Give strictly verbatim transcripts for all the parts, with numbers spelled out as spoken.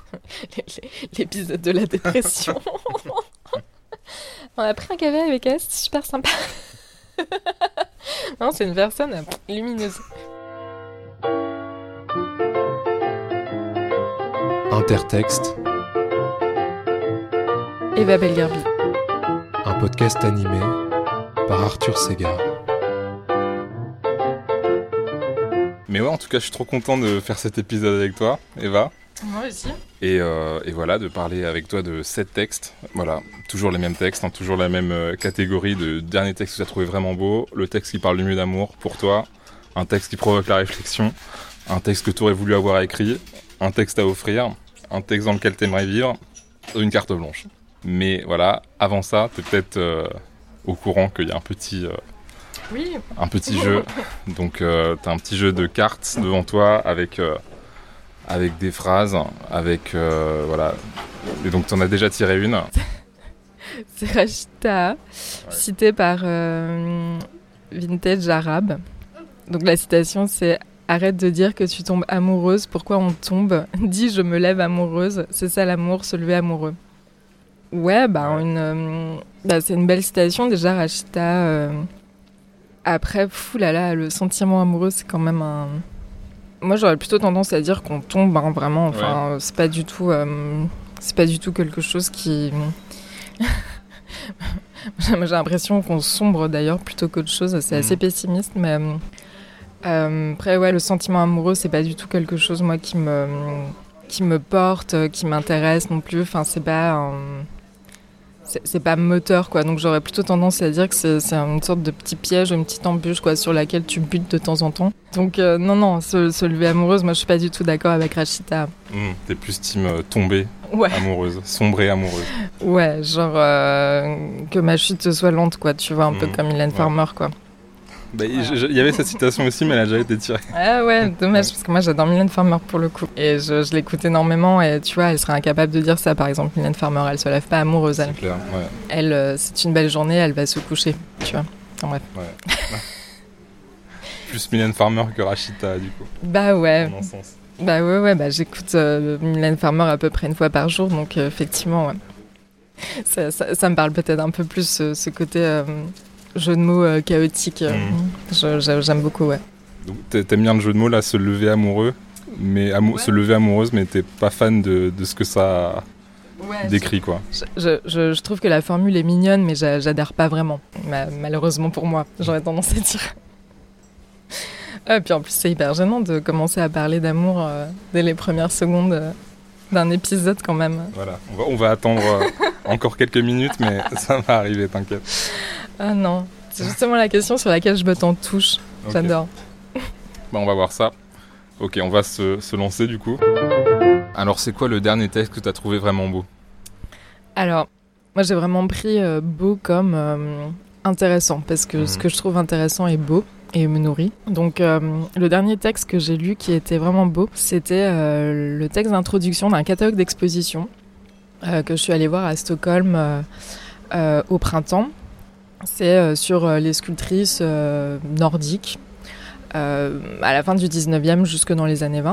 L'épisode de la dépression. On a pris un café avec elle, c'était super sympa. Non, c'est une personne lumineuse. Intertexte. Eva Belgarbi. Un podcast animé par Arthur Ségard. Mais ouais, en tout cas, je suis trop content de faire cet épisode avec toi, Eva. Moi aussi. Et, euh, et voilà, de parler avec toi de sept textes. Voilà, toujours les mêmes textes, hein, toujours la même euh, catégorie de dernier texte que tu as trouvé vraiment beau, le texte qui parle du mieux d'amour pour toi, un texte qui provoque la réflexion, un texte que tu aurais voulu avoir écrit, un texte à offrir, un texte dans lequel tu aimerais vivre, une carte blanche. Mais voilà, avant ça, tu es peut-être euh, au courant qu'il y a un petit, euh, oui. un petit jeu. Donc, euh, tu as un petit jeu de cartes devant toi avec... Euh, avec des phrases, avec... Euh, voilà. Et donc, tu en as déjà tiré une. C'est Rachita, ouais. Citée par euh, Vintage Arabe. Donc, la citation, c'est « Arrête de dire que tu tombes amoureuse, pourquoi on tombe ? Dis, je me lève amoureuse, c'est ça l'amour, se lever amoureux. » Ouais, bah, ouais. Une, euh, bah, c'est une belle citation, déjà, Rachita. Euh, après, fou là là, le sentiment amoureux, c'est quand même un... Moi, j'aurais plutôt tendance à dire qu'on tombe, hein, vraiment. Enfin, ouais. c'est pas du tout, euh, c'est pas du tout quelque chose qui. J'ai l'impression qu'on sombre d'ailleurs plutôt qu'autre chose. C'est mmh. assez pessimiste, mais euh, après, ouais, le sentiment amoureux, c'est pas du tout quelque chose moi qui me, qui me porte, qui m'intéresse non plus. Enfin, c'est pas. Euh... C'est, c'est pas moteur, quoi. Donc j'aurais plutôt tendance à dire que c'est, c'est une sorte de petit piège, une petite embûche, quoi, sur laquelle tu butes de temps en temps. Donc euh, non, non, se, se lever amoureuse, moi je suis pas du tout d'accord avec Rachita. Mmh, t'es plus team euh, tomber ouais. amoureuse, sombrer amoureuse. Ouais, genre euh, que ma chute soit lente, quoi, tu vois, un mmh, peu comme Mylène ouais. Farmer, quoi. Bah, il voilà. y avait cette citation aussi, mais elle a déjà été tirée. Ah ouais, dommage, parce que moi j'adore Mylène Farmer pour le coup. Et je, je l'écoute énormément, et tu vois, elle serait incapable de dire ça, par exemple, Mylène Farmer, elle se lève pas amoureuse, elle. C'est clair, ouais. Elle, euh, c'est une belle journée, elle va se coucher, tu vois. Enfin bref. Ouais. Plus Mylène Farmer que Rachita, du coup. Bah ouais. Dans mon sens. Bah ouais, ouais, bah j'écoute euh, Mylène Farmer à peu près une fois par jour, donc euh, effectivement, ouais. Ça, ça, ça me parle peut-être un peu plus, ce, ce côté... Euh, jeu de mots euh, chaotique, euh, mmh. je, j'aime beaucoup, ouais. Donc t'aimes bien le jeu de mots là, se lever amoureux, mais amou- ouais. se lever amoureuse, mais t'es pas fan de, de ce que ça ouais, décrit, quoi. Je, je, je trouve que la formule est mignonne, mais j'a, j'adhère pas vraiment, Ma, malheureusement pour moi, j'aurais tendance à dire. Et puis en plus c'est hyper gênant de commencer à parler d'amour euh, dès les premières secondes euh, d'un épisode quand même. Voilà, on va, on va attendre euh, encore quelques minutes, mais ça va arriver, t'inquiète. Ah non, c'est justement la question sur laquelle je me t'en touche. Okay. J'adore. Bah on va voir ça. Ok, on va se, se lancer du coup. Alors c'est quoi le dernier texte que tu as trouvé vraiment beau ? Alors, moi j'ai vraiment pris euh, beau comme euh, intéressant, parce que mmh. ce que je trouve intéressant est beau et me nourrit. Donc euh, le dernier texte que j'ai lu qui était vraiment beau, c'était euh, le texte d'introduction d'un catalogue d'exposition euh, que je suis allée voir à Stockholm euh, euh, au printemps. C'est euh, sur euh, les sculptrices euh, nordiques euh, à la fin du dix-neuvième jusque dans les années vingt.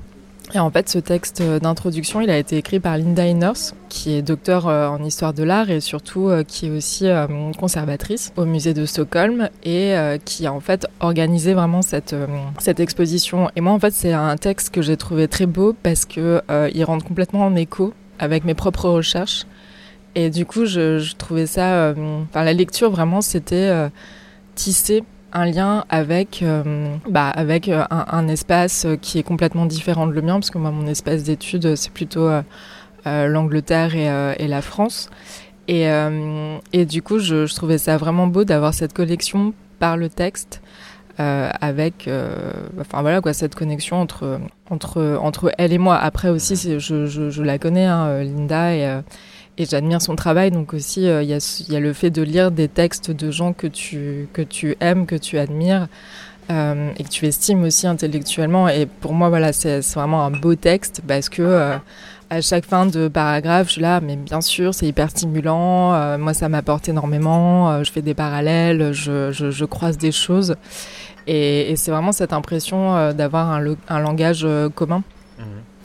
Et en fait, ce texte d'introduction, il a été écrit par Linda Einers, qui est docteure euh, en histoire de l'art et surtout euh, qui est aussi euh, conservatrice au musée de Stockholm et euh, qui a en fait organisé vraiment cette, euh, cette exposition. Et moi, en fait, c'est un texte que j'ai trouvé très beau parce qu'il euh, rentre complètement en écho avec mes propres recherches. Et du coup, je, je trouvais ça... Euh, enfin, la lecture, vraiment, c'était euh, tisser un lien avec, euh, bah, avec un, un espace qui est complètement différent de le mien, parce que moi, mon espace d'études, c'est plutôt euh, euh, l'Angleterre et, euh, et la France. Et, euh, et du coup, je, je trouvais ça vraiment beau d'avoir cette connexion par le texte, euh, avec euh, enfin, voilà, quoi, cette connexion entre, entre, entre elle et moi. Après aussi, c'est, je, je, je la connais, hein, Linda, et... Euh, Et j'admire son travail, donc aussi il euh, y, y a le fait de lire des textes de gens que tu, que tu aimes, que tu admires euh, et que tu estimes aussi intellectuellement. Et pour moi, voilà, c'est, c'est vraiment un beau texte parce que euh, à chaque fin de paragraphe, je suis là, mais bien sûr, c'est hyper stimulant. Euh, moi, ça m'apporte énormément. Euh, je fais des parallèles, je, je, je croise des choses. Et, et c'est vraiment cette impression euh, d'avoir un, lo- un langage euh, commun. Mmh.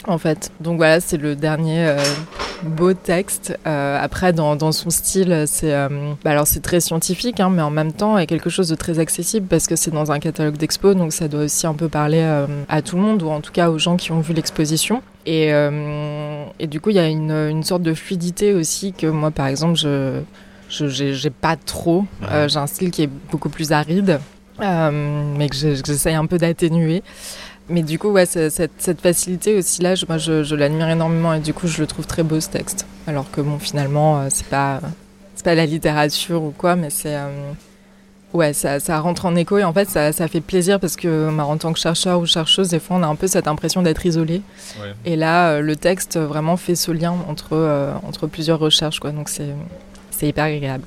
en fait. Donc voilà, c'est le dernier euh, beau texte. Euh, après, dans, dans son style, c'est, euh, bah alors c'est très scientifique, hein, mais en même temps, il y a quelque chose de très accessible parce que c'est dans un catalogue d'expo, donc ça doit aussi un peu parler euh, à tout le monde, ou en tout cas aux gens qui ont vu l'exposition. Et, euh, et du coup, il y a une, une sorte de fluidité aussi que moi, par exemple, je, je j'ai, j'ai pas trop. Euh, j'ai un style qui est beaucoup plus aride, euh, mais que, je, que j'essaye un peu d'atténuer. Mais du coup, ouais, cette, cette facilité aussi là, je, moi, je, je l'admire énormément et du coup, je le trouve très beau ce texte. Alors que bon, finalement, c'est pas, c'est pas la littérature ou quoi, mais c'est, euh, ouais, ça, ça rentre en écho et en fait, ça, ça fait plaisir parce que, bah, en tant que chercheur ou chercheuse, des fois, on a un peu cette impression d'être isolé. Ouais. Et là, euh, le texte vraiment fait ce lien entre euh, entre plusieurs recherches, quoi. Donc c'est, c'est hyper agréable.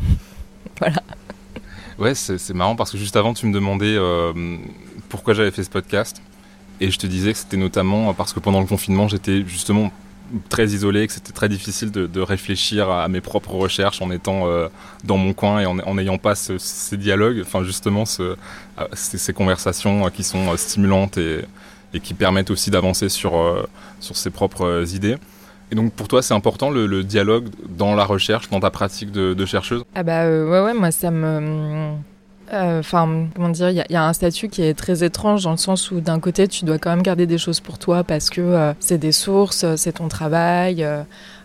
Voilà. Ouais, c'est, c'est marrant parce que juste avant, tu me demandais euh, pourquoi j'avais fait ce podcast. Et je te disais que c'était notamment parce que pendant le confinement, j'étais justement très isolé, que c'était très difficile de, de réfléchir à mes propres recherches en étant euh, dans mon coin et en n'ayant pas ce, ces dialogues, enfin justement ce, ces, ces conversations qui sont stimulantes et, et qui permettent aussi d'avancer sur, euh, sur ses propres idées. Et donc pour toi, c'est important le, le dialogue dans la recherche, dans ta pratique de, de chercheuse ? Ah bah euh, ouais, ouais, moi ça me... Enfin, euh, comment dire, il y, y a un statut qui est très étrange dans le sens où d'un côté, tu dois quand même garder des choses pour toi parce que euh, c'est des sources, c'est ton travail. Euh,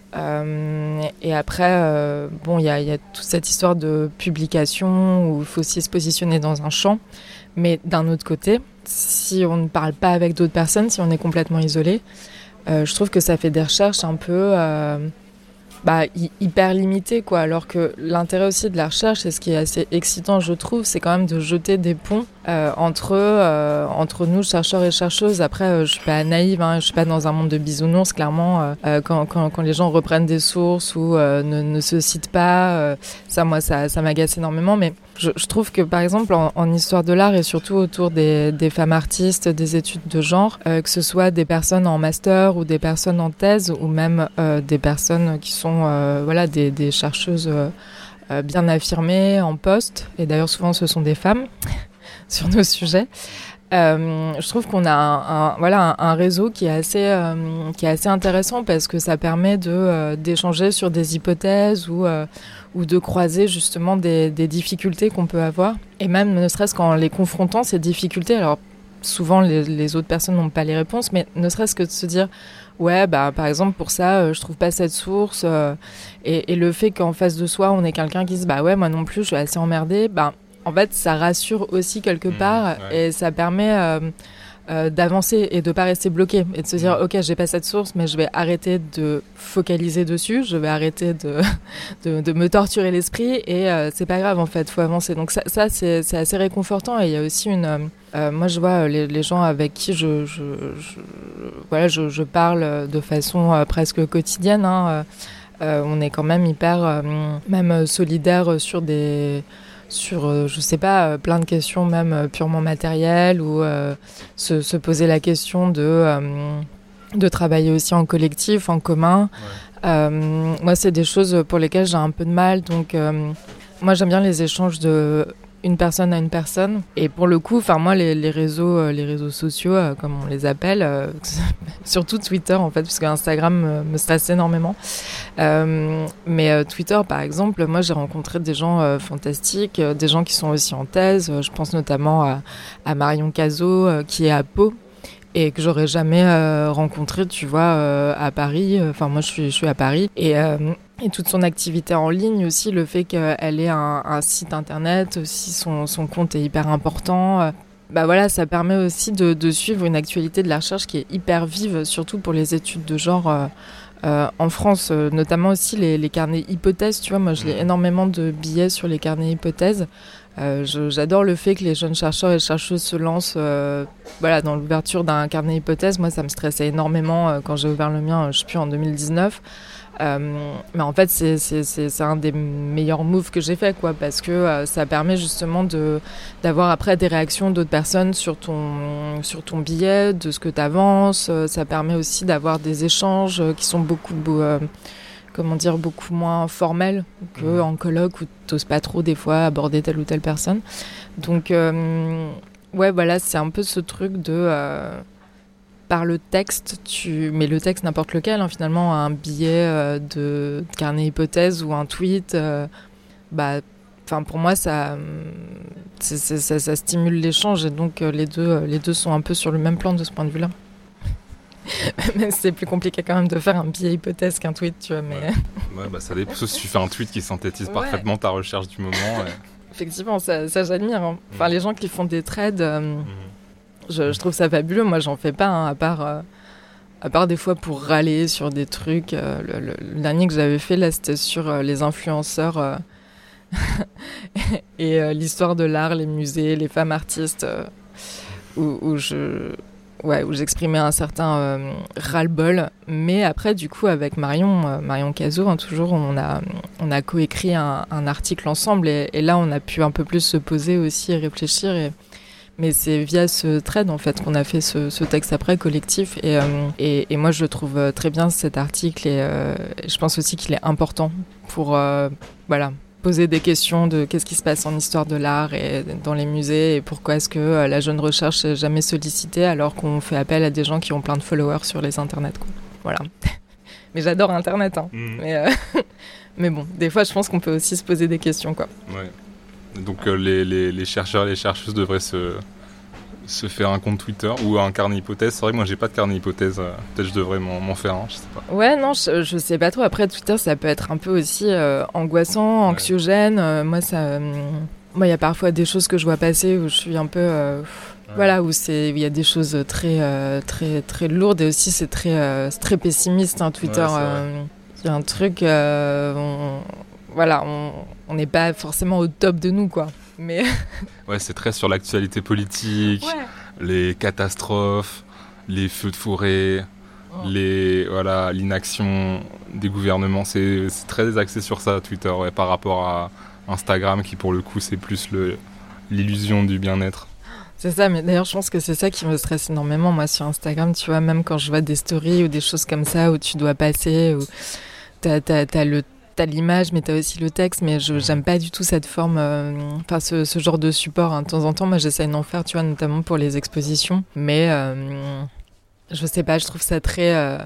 euh, et après, euh, bon, il y a, y a toute cette histoire de publication où il faut aussi se positionner dans un champ. Mais d'un autre côté, si on ne parle pas avec d'autres personnes, si on est complètement isolé, euh, je trouve que ça fait des recherches un peu... Euh, Bah, hyper limité, quoi. Alors que l'intérêt aussi de la recherche, et ce qui est assez excitant, je trouve, c'est quand même de jeter des ponts euh, entre euh, entre nous, chercheurs et chercheuses. Après, euh, je suis pas naïve, hein, je suis pas dans un monde de bisounours, clairement. Euh, quand, quand, quand les gens reprennent des sources ou euh, ne, ne se citent pas, euh, ça, moi, ça, ça m'agace énormément. Mais je, je trouve que, par exemple, en, en histoire de l'art et surtout autour des, des femmes artistes, des études de genre, euh, que ce soit des personnes en master ou des personnes en thèse ou même euh, des personnes qui sont Euh, voilà, des, des chercheuses euh, bien affirmées en poste, et d'ailleurs souvent ce sont des femmes sur nos sujets. Euh, je trouve qu'on a un, un, voilà, un, un réseau qui est, assez, euh, qui est assez intéressant parce que ça permet de, euh, d'échanger sur des hypothèses ou, euh, ou de croiser justement des, des difficultés qu'on peut avoir. Et même ne serait-ce qu'en les confrontant, ces difficultés, alors souvent les, les autres personnes n'ont pas les réponses, mais ne serait-ce que de se dire ouais, bah, par exemple, pour ça, euh, je trouve pas cette source. Euh, et, et le fait qu'en face de soi, on ait quelqu'un qui se dit, bah ouais, moi non plus, je suis assez emmerdée, bah, en fait, ça rassure aussi quelque part mmh, ouais. Et ça permet euh, euh, d'avancer et de pas rester bloqué et de se dire, mmh. ok, j'ai pas cette source, mais je vais arrêter de focaliser dessus, je vais arrêter de, de, de me torturer l'esprit et euh, c'est pas grave, en fait, faut avancer. Donc ça, ça c'est, c'est assez réconfortant et il y a aussi une... Euh, Euh, moi, je vois les, les gens avec qui je, je, je, voilà, je, je parle de façon euh, presque quotidienne. Hein, euh, on est quand même hyper, euh, même solidaires sur des, sur, euh, je sais pas, plein de questions même purement matérielles ou euh, se, se poser la question de, euh, de travailler aussi en collectif, en commun. Ouais. Euh, moi, c'est des choses pour lesquelles j'ai un peu de mal. Donc, euh, moi, j'aime bien les échanges de une personne à une personne. Et pour le coup, enfin moi, les, les réseaux, euh, les réseaux sociaux, euh, comme on les appelle, euh, surtout Twitter en fait, parce que Instagram me, me stresse énormément. Euh, mais euh, Twitter, par exemple, moi j'ai rencontré des gens euh, fantastiques, euh, des gens qui sont aussi en thèse. Euh, je pense notamment à, à Marion Cazot, euh, qui est à Pau. Et que j'aurais jamais euh, rencontré, tu vois, euh, à Paris. Enfin, moi, je suis, je suis à Paris. Et, euh, et toute son activité en ligne aussi, le fait qu'elle ait un, un site internet, aussi son, son compte est hyper important. Euh, bah voilà, ça permet aussi de, de suivre une actualité de la recherche qui est hyper vive, surtout pour les études de genre euh, euh, en France, euh, notamment aussi les, les carnets hypothèses. Tu vois, moi, je lis énormément de billets sur les carnets hypothèses. Euh, je, j'adore le fait que les jeunes chercheurs et chercheuses se lancent euh, voilà, dans l'ouverture d'un carnet hypothèse. Moi, ça me stressait énormément euh, quand j'ai ouvert le mien, je sais plus, en deux mille dix-neuf. Euh, mais en fait, c'est, c'est, c'est, c'est un des meilleurs moves que j'ai fait, quoi, parce que euh, ça permet justement de, d'avoir après des réactions d'autres personnes sur ton, sur ton billet, de ce que tu avances. Euh, ça permet aussi d'avoir des échanges qui sont beaucoup... Euh, comment dire, beaucoup moins formel qu'en mmh. colloque où t'oses pas trop des fois aborder telle ou telle personne. Donc, euh, ouais, voilà, c'est un peu ce truc de... Euh, par le texte, tu mets le texte n'importe lequel, hein, finalement, un billet euh, de, de carnet hypothèse ou un tweet, euh, bah, enfin pour moi ça, c'est, c'est, ça, ça stimule l'échange et donc euh, les deux, les deux sont un peu sur le même plan de ce point de vue-là. Mais c'est plus compliqué quand même de faire un billet hypothèse qu'un tweet, tu vois. Mais ouais, ouais bah ça dépend. Si tu fais un tweet qui synthétise ouais. parfaitement ta recherche du moment. Et... Effectivement, ça, ça j'admire. Hein. Enfin, mmh. les gens qui font des trades, euh, mmh. je, je trouve ça fabuleux. Moi, j'en fais pas, hein, à part, euh, à part des fois pour râler sur des trucs. Euh, le, le, le dernier que j'avais fait là, c'était sur euh, les influenceurs euh, et euh, l'histoire de l'art, les musées, les femmes artistes, euh, où, où je Ouais, où j'exprimais un certain euh, ras-le-bol. Mais après, du coup, avec Marion, euh, Marion Cazot, hein, toujours, on a, on a coécrit un, un article ensemble. Et, et là, on a pu un peu plus se poser aussi et réfléchir. Et, mais c'est via ce trade, en fait, qu'on a fait ce, ce texte après, collectif. Et, euh, et, et moi, je trouve très bien cet article. Et euh, je pense aussi qu'il est important pour... Euh, voilà. poser des questions de qu'est-ce qui se passe en histoire de l'art et dans les musées et pourquoi est-ce que euh, la jeune recherche n'est jamais sollicitée alors qu'on fait appel à des gens qui ont plein de followers sur les internets, quoi. Voilà. Mais j'adore Internet, hein. Mmh. Mais, euh, mais bon, des fois, je pense qu'on peut aussi se poser des questions, quoi. Ouais. Donc euh, les, les, les chercheurs et les chercheuses devraient se, se faire un compte Twitter ou un carnet hypothèse. C'est vrai que moi, j'ai pas de carnet hypothèse. Euh, peut-être je devrais m'en, m'en faire un, je sais pas. Ouais, non, je, je sais pas trop. Après, Twitter, ça peut être un peu aussi euh, angoissant, anxiogène. Ouais. Euh, moi, ça... Euh, moi, il y a parfois des choses que je vois passer où je suis un peu... Euh, ouais. Voilà, où c'est, il y a des choses très, euh, très, très lourdes et aussi c'est très, euh, c'est très pessimiste, hein, Twitter. Il ouais, euh, y a un truc... Euh, on, voilà, on n'est pas forcément au top de nous, quoi. Mais... ouais, c'est très sur l'actualité politique, ouais. les catastrophes, les feux de forêt, oh. les, voilà, l'inaction des gouvernements. C'est, c'est très axé sur ça, Twitter, ouais, par rapport à Instagram, qui pour le coup, c'est plus le, l'illusion du bien-être. C'est ça, mais d'ailleurs, je pense que c'est ça qui me stresse énormément, moi, sur Instagram. Tu vois, même quand je vois des stories ou des choses comme ça, où tu dois passer, où t'as, t'as, t'as le T'as l'image, mais t'as aussi le texte, mais je j'aime pas du tout cette forme, enfin euh, ce, ce genre de support. Hein. De temps en temps, moi j'essaye d'en faire, tu vois, notamment pour les expositions. Mais euh, je sais pas, je trouve ça très euh,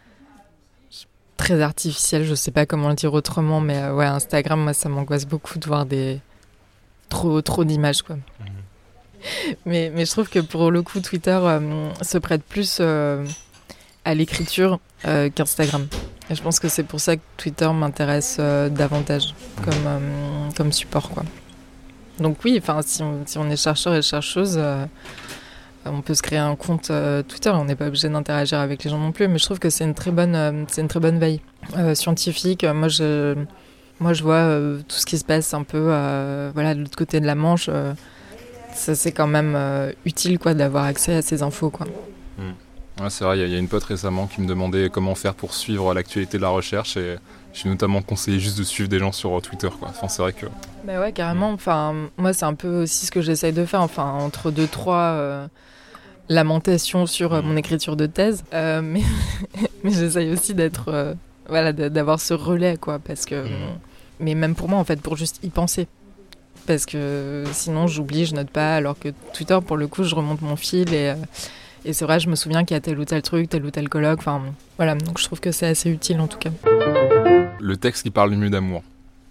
très artificiel. Je sais pas comment le dire autrement, mais euh, ouais, Instagram, moi ça m'angoisse beaucoup de voir des trop trop d'images, quoi. Mmh. Mais mais je trouve que pour le coup, Twitter euh, se prête plus euh, à l'écriture euh, qu'Instagram. Et je pense que c'est pour ça que Twitter m'intéresse euh, davantage comme, euh, comme support, quoi. Donc oui, si on, si on est chercheur et chercheuse, euh, on peut se créer un compte euh, Twitter. On n'est pas obligé d'interagir avec les gens non plus, mais je trouve que c'est une très bonne, euh, c'est une très bonne veille euh, scientifique. Moi, je, moi, je vois euh, tout ce qui se passe un peu euh, voilà, de l'autre côté de la Manche. Euh, ça, c'est quand même euh, utile, quoi, d'avoir accès à ces infos, quoi. Mmh. Ouais, c'est vrai, il y, y a une pote récemment qui me demandait comment faire pour suivre l'actualité de la recherche et j'ai notamment conseillé juste de suivre des gens sur Twitter, quoi. Enfin, c'est vrai que... Bah ouais, carrément. Enfin, moi, c'est un peu aussi ce que j'essaye de faire. Enfin, entre deux, trois euh, lamentations sur euh, mon écriture de thèse. Euh, mais, mais j'essaye aussi d'être... Euh, voilà, d'avoir ce relais, quoi. Parce que... Mmh. Mais même pour moi, en fait, pour juste y penser. Parce que sinon, j'oublie, je note pas. Alors que Twitter, pour le coup, je remonte mon fil et... Euh, Et c'est vrai, je me souviens qu'il y a tel ou tel truc, tel ou tel colloque, enfin voilà, donc je trouve que c'est assez utile en tout cas. Le texte qui parle le mieux d'amour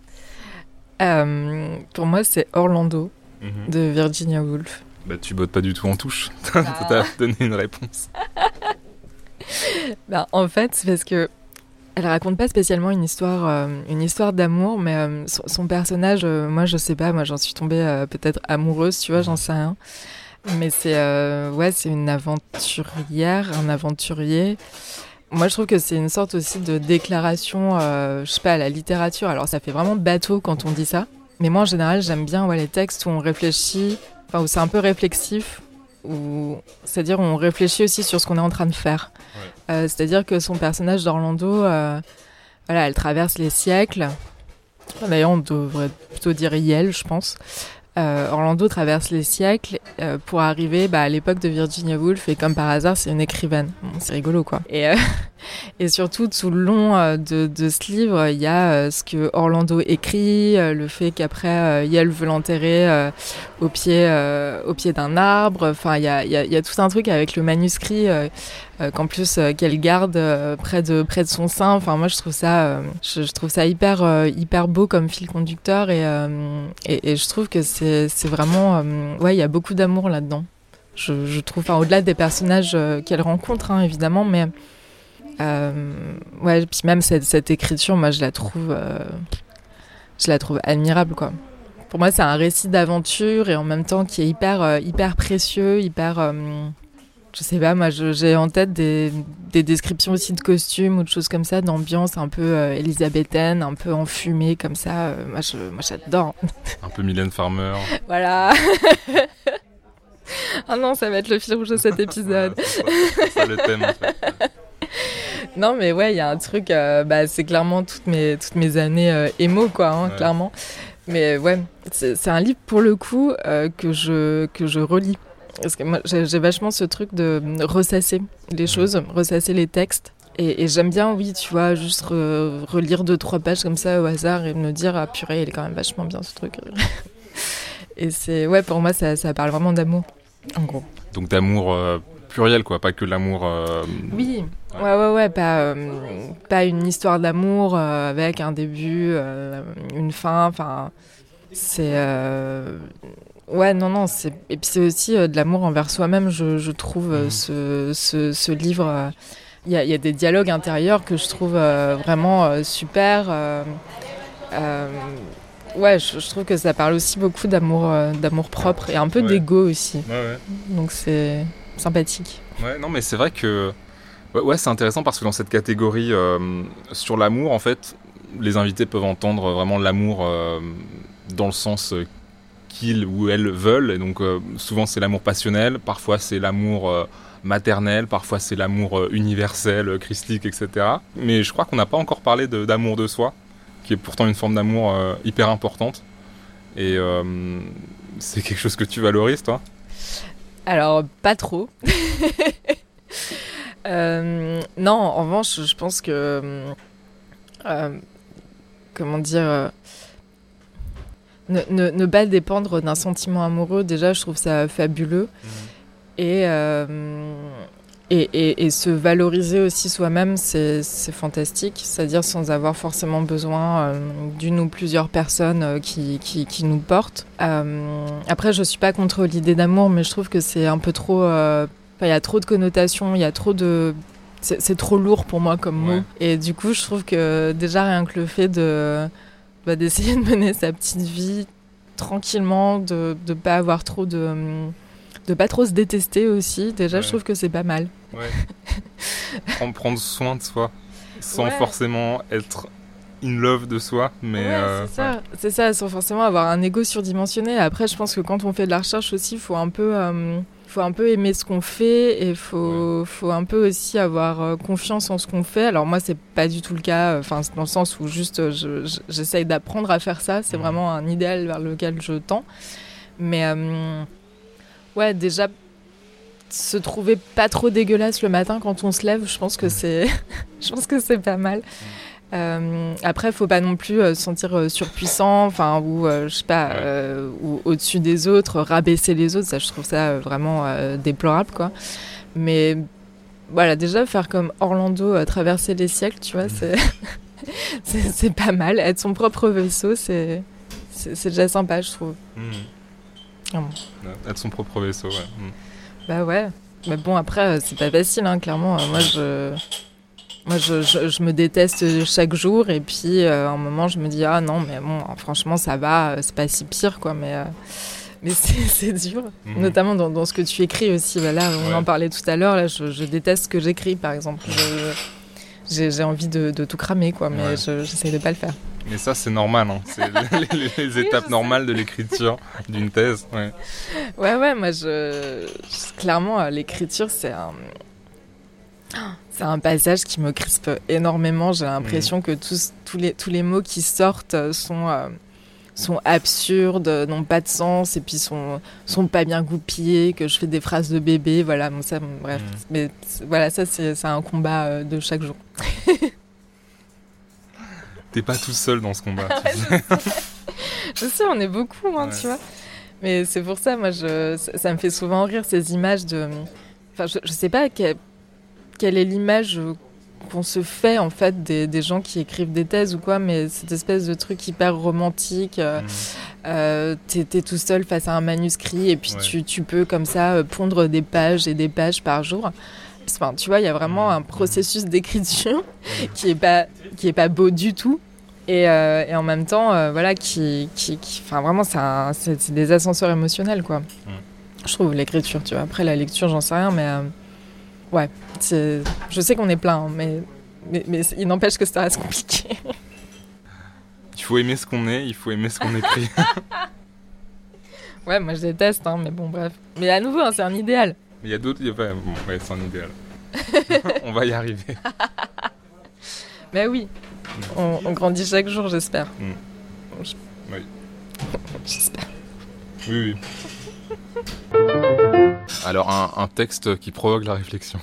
euh, Pour moi, c'est Orlando, mm-hmm. de Virginia Woolf. Bah tu bottes pas du tout en touche, ah. T'as donné une réponse. Bah, en fait, c'est parce que elle raconte pas spécialement une histoire, euh, une histoire d'amour, mais euh, son, son personnage, euh, moi je sais pas, moi j'en suis tombée euh, peut-être amoureuse, tu vois, j'en sais rien. Mais c'est, euh, ouais, c'est une aventurière, un aventurier. Moi, je trouve que c'est une sorte aussi de déclaration, euh, je sais pas, à la littérature. Alors, ça fait vraiment bateau quand on dit ça. Mais moi, en général, j'aime bien ouais, les textes où on réfléchit, enfin, où c'est un peu réflexif. Où, c'est-à-dire où on réfléchit aussi sur ce qu'on est en train de faire. Ouais. Euh, c'est-à-dire que son personnage d'Orlando, euh, voilà, elle traverse les siècles. D'ailleurs, on devrait plutôt dire Yale, je pense. Euh, Orlando traverse les siècles euh, pour arriver bah, à l'époque de Virginia Woolf et comme par hasard c'est une écrivaine. Bon, c'est rigolo quoi. Et, euh, Et surtout, tout le long euh, de, de ce livre, il y a euh, ce que Orlando écrit, euh, le fait qu'après, euh, Yel veut l'enterrer euh, au pied, euh, au pied d'un arbre. Enfin, il y a, il y a, il y a tout un truc avec le manuscrit euh, euh, qu'en plus euh, qu'elle garde euh, près de près de son sein. Enfin, moi, je trouve ça, euh, je, je trouve ça hyper euh, hyper beau comme fil conducteur et euh, et, et je trouve que c'est c'est vraiment, euh, ouais, il y a beaucoup d'amour là-dedans. Je, je trouve, enfin, au-delà des personnages euh, qu'elle rencontre, hein, évidemment, mais Euh, ouais, puis même cette, cette écriture, moi je la trouve, euh, je la trouve admirable, quoi. Pour moi, c'est un récit d'aventure et en même temps qui est hyper, euh, hyper précieux, hyper, euh, je sais pas, moi je, j'ai en tête des, des descriptions aussi de costumes ou de choses comme ça, d'ambiance un peu euh, élisabéthaine, un peu enfumée comme ça. Euh, moi, je, moi j'adore. Un peu Mylène Farmer. Voilà. Ah non, ça va être le fil rouge de cet épisode. Voilà, c'est, ça, c'est ça le thème en fait. Non, mais ouais, il y a un truc, euh, bah, c'est clairement toutes mes, toutes mes années euh, émo, quoi, hein, Ouais. clairement. Mais ouais, c'est, c'est un livre, pour le coup, euh, que, je, que je relis. Parce que moi, j'ai, j'ai vachement ce truc de ressasser les choses, ressasser les textes. Et, et j'aime bien, oui, tu vois, juste re, relire deux, trois pages comme ça au hasard et me dire, ah purée, il est quand même vachement bien, ce truc. Et c'est, ouais, pour moi, ça, ça parle vraiment d'amour, en gros. Donc d'amour euh, pluriel, quoi, pas que l'amour... Euh... Oui, ouais, ouais, ouais, ouais pas, euh, pas une histoire d'amour euh, avec un début, euh, une fin, enfin, c'est... Euh... Ouais, non, non, c'est... Et puis c'est aussi euh, de l'amour envers soi-même, je, je trouve, euh, ce, ce, ce livre. Il euh, y, y a des dialogues intérieurs que je trouve euh, vraiment euh, super. Euh, euh, ouais, je, je trouve que ça parle aussi beaucoup d'amour, euh, d'amour propre et un peu Ouais. d'égo aussi. Ouais, ouais. Donc c'est sympathique. Ouais, non, mais c'est vrai que... Ouais, ouais, c'est intéressant parce que dans cette catégorie euh, sur l'amour, en fait, les invités peuvent entendre vraiment l'amour euh, dans le sens euh, qu'ils ou elles veulent. Et donc, euh, souvent, c'est l'amour passionnel, parfois, c'est l'amour euh, maternel, parfois, c'est l'amour euh, universel, euh, christique, et cetera. Mais je crois qu'on n'a pas encore parlé de, d'amour de soi, qui est pourtant une forme d'amour euh, hyper importante. Et euh, c'est quelque chose que tu valorises, toi ? Alors, pas trop. euh, non, en revanche, je pense que... Euh, comment dire... Euh, ne, ne, ne pas dépendre d'un sentiment amoureux, déjà, je trouve ça fabuleux. Mmh. Et, euh, et, et, et se valoriser aussi soi-même, c'est, c'est fantastique. C'est-à-dire sans avoir forcément besoin euh, d'une ou plusieurs personnes euh, qui, qui, qui nous portent. Euh, après, je ne suis pas contre l'idée d'amour, mais je trouve que c'est un peu trop... Euh, il y a trop de connotations, il y a trop de... C'est, c'est trop lourd pour moi comme mot. Ouais. Et du coup, je trouve que déjà, rien que le fait de... Bah, d'essayer de mener sa petite vie tranquillement, de ne pas avoir trop de... de pas trop se détester aussi, déjà, ouais. Je trouve que c'est pas mal. Ouais. Prendre, prendre soin de soi, sans ouais. forcément être in love de soi, mais... Ouais, euh, c'est ça, ouais. c'est ça, sans forcément avoir un ego surdimensionné. Après, je pense que quand on fait de la recherche aussi, il faut un peu... Euh, faut un peu aimer ce qu'on fait et il faut, ouais. faut un peu aussi avoir euh, confiance en ce qu'on fait. Alors moi, c'est pas du tout le cas, enfin, dans le sens où juste je, je, j'essaye d'apprendre à faire ça. C'est mmh. vraiment un idéal vers lequel je tends. Mais euh, ouais, déjà, se trouver pas trop dégueulasse le matin quand on se lève, je pense que c'est, je pense que c'est pas mal. Euh, après, faut pas non plus euh, se sentir euh, surpuissant, enfin ou euh, je sais pas, euh, ou au-dessus des autres, rabaisser les autres. Ça, je trouve ça euh, vraiment euh, déplorable, quoi. Mais voilà, déjà faire comme Orlando, euh, traverser les siècles, tu vois, c'est, c'est c'est pas mal. Être son propre vaisseau, c'est c'est, c'est déjà sympa, je trouve. Mmh. Ah bon. Être son propre vaisseau, ouais. Mmh. Bah ouais. Mais bon, après, c'est pas facile, hein, clairement. Moi, je Moi, je, je, je me déteste chaque jour et puis euh, à un moment, je me dis ah non, mais bon, franchement, ça va, c'est pas si pire, quoi. Mais, euh, mais c'est, c'est dur, mmh. notamment dans, dans ce que tu écris aussi. Bah là, on ouais. en parlait tout à l'heure. Là, je, je déteste ce que j'écris, par exemple. Je, j'ai, j'ai envie de, de tout cramer, quoi, mais ouais. je, j'essaie de pas le faire. Mais ça, c'est normal, hein. C'est les, les, les étapes oui, normales de l'écriture d'une thèse. Ouais, ouais, ouais moi, je, je clairement, l'écriture, c'est un. C'est un passage qui me crispe énormément. J'ai l'impression mmh. que tous, tous, les, tous les mots qui sortent sont, euh, sont absurdes, n'ont pas de sens et puis sont sont pas bien goupillées, que je fais des phrases de bébé, voilà, bon, ça, bon, bref, mmh. mais voilà, ça c'est, c'est un combat euh, de chaque jour. T'es pas tout seul dans ce combat. Ouais, je, sais. je sais, on est beaucoup, hein, ouais. tu vois. Mais c'est pour ça, moi, je, ça, ça me fait souvent rire ces images de. Enfin, je, je sais pas quelle, quelle est l'image qu'on se fait en fait des, des gens qui écrivent des thèses ou quoi, mais cette espèce de truc hyper romantique. Euh, mmh. euh, t'es, t'es tout seul face à un manuscrit et puis ouais. tu, tu peux comme ça pondre des pages et des pages par jour. Enfin, tu vois, il y a vraiment un processus d'écriture qui est pas qui est pas beau du tout et, euh, et en même temps, euh, voilà, qui qui, qui enfin vraiment, c'est, un, c'est, c'est des ascenseurs émotionnels quoi. Mm. Je trouve l'écriture, tu vois. Après la lecture, j'en sais rien, mais euh, ouais, c'est, je sais qu'on est plein, hein, mais, mais mais il n'empêche que ça reste compliqué. Il faut aimer ce qu'on est, il faut aimer ce qu'on écrit. Ouais, moi je déteste, hein, mais bon, bref. Mais à nouveau, hein, c'est un idéal. Mais il y a d'autres, il y a pas... bon, ouais, c'est un idéal. On va y arriver. Mais oui, on, on grandit chaque jour, j'espère. Mm. Bon, je... Oui. J'espère. Oui, oui. Alors, un, un texte qui provoque la réflexion.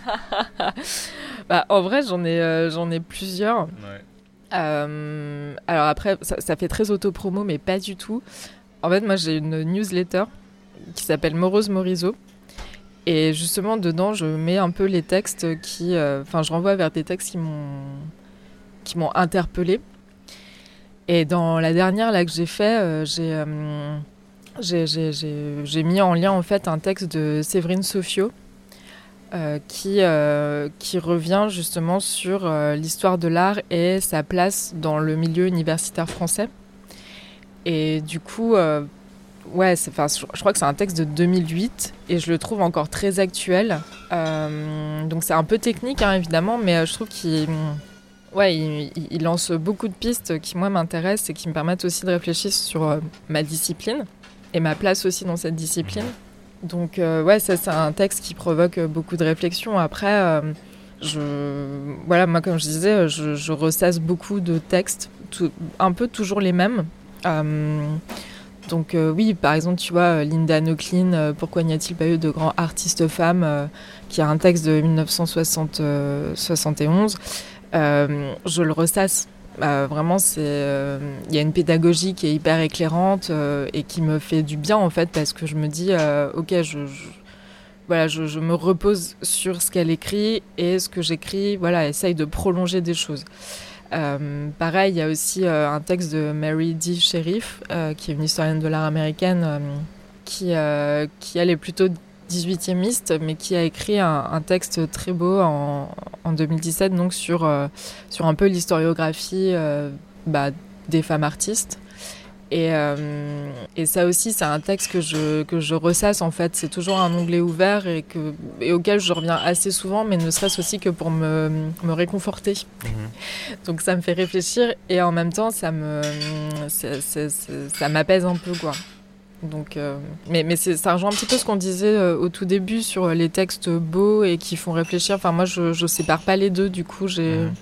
Bah, en vrai, j'en ai, euh, j'en ai plusieurs. Ouais. Euh, alors après, ça, ça fait très auto-promo, mais pas du tout. En fait, moi, j'ai une newsletter qui s'appelle Morose Morizo. Et justement, dedans, je mets un peu les textes qui... Enfin, euh, je renvoie vers des textes qui m'ont, qui m'ont interpellée. Et dans la dernière là, que j'ai fait, euh, j'ai, euh, j'ai, j'ai, j'ai, j'ai mis en lien, en fait, un texte de Séverine Sofio euh, qui, euh, qui revient justement sur euh, l'histoire de l'art et sa place dans le milieu universitaire français. Et du coup... Euh, Ouais, c'est, je, je crois que c'est un texte de deux mille huit et je le trouve encore très actuel. Euh, donc c'est un peu technique, hein, évidemment, mais je trouve qu'il ouais, il, il lance beaucoup de pistes qui, moi, m'intéressent et qui me permettent aussi de réfléchir sur euh, ma discipline et ma place aussi dans cette discipline. Donc, euh, ouais, ça, c'est un texte qui provoque beaucoup de réflexions. Après, euh, je, voilà, moi, comme je disais, je, je ressasse beaucoup de textes, tout, un peu toujours les mêmes. Euh, Donc euh, oui, par exemple, tu vois, Linda Nochlin, euh, Pourquoi n'y a-t-il pas eu de grands artistes femmes, euh, qui a un texte de dix-neuf cent soixante, euh, soixante et onze. Euh, je le ressasse. Euh, vraiment, c'est, euh, y a une pédagogie qui est hyper éclairante euh, et qui me fait du bien, en fait, parce que je me dis, euh, ok, je, je, voilà, je, je me repose sur ce qu'elle écrit et ce que j'écris, voilà, essaye de prolonger des choses. Euh, pareil, il y a aussi euh, un texte de Mary D. Sherriff, euh, qui est une historienne de l'art américaine, euh, qui, euh, qui elle est plutôt dix-huitiémiste, mais qui a écrit un, un texte très beau en, en deux mille dix-sept, donc sur, euh, sur un peu l'historiographie euh, bah, des femmes artistes. Et, euh, et ça aussi, c'est un texte que je, que je ressasse, en fait. C'est toujours un onglet ouvert et, que, et auquel je reviens assez souvent, mais ne serait-ce aussi que pour me, me réconforter. Mmh. Donc ça me fait réfléchir et en même temps, ça, me, c'est, c'est, c'est, ça m'apaise un peu, quoi. Donc, euh, mais mais c'est, ça rejoint un petit peu ce qu'on disait euh, au tout début sur les textes beaux et qui font réfléchir. Enfin, moi, je ne sépare pas les deux. Du coup, j'ai, mmh.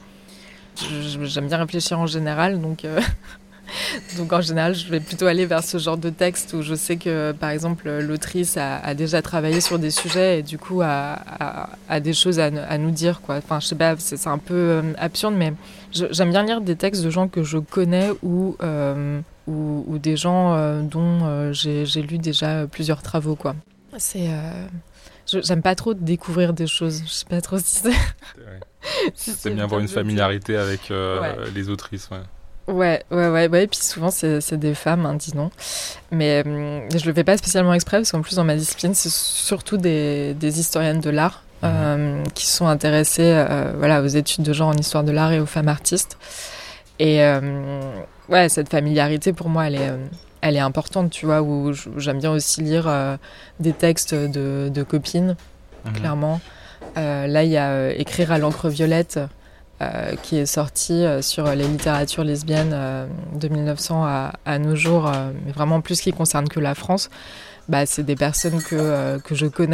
je, j'aime bien réfléchir en général, donc... Euh, Donc en général, je vais plutôt aller vers ce genre de texte où je sais que, par exemple, l'autrice a, a déjà travaillé sur des sujets et du coup a, a, a des choses à, à nous dire, quoi. Enfin, je sais pas, c'est, c'est un peu euh, absurde, mais je, j'aime bien lire des textes de gens que je connais ou, euh, ou, ou des gens euh, dont euh, j'ai, j'ai lu déjà plusieurs travaux, quoi. C'est... Euh... Je, j'aime pas trop découvrir des choses. Je sais pas trop si c'est... Ouais. si T'aimes bien avoir une familiarité avec euh, ouais. les autrices, ouais. Ouais, ouais, ouais, ouais, et puis souvent c'est, c'est des femmes, hein, dis donc. Mais euh, je le fais pas spécialement exprès parce qu'en plus dans ma discipline, c'est surtout des, des historiennes de l'art mmh. euh, qui sont intéressées euh, voilà, aux études de genre en histoire de l'art et aux femmes artistes. Et euh, ouais, cette familiarité pour moi, elle est, euh, elle est importante, tu vois, où j'aime bien aussi lire euh, des textes de, de copines, mmh. clairement. Euh, là, il y a euh, Écrire à l'encre violette. Euh, qui est sorti euh, sur les littératures lesbiennes euh, de mille neuf cents à, à nos jours, euh, mais vraiment plus qui concerne que la France. Bah, c'est des personnes que, euh, que je connais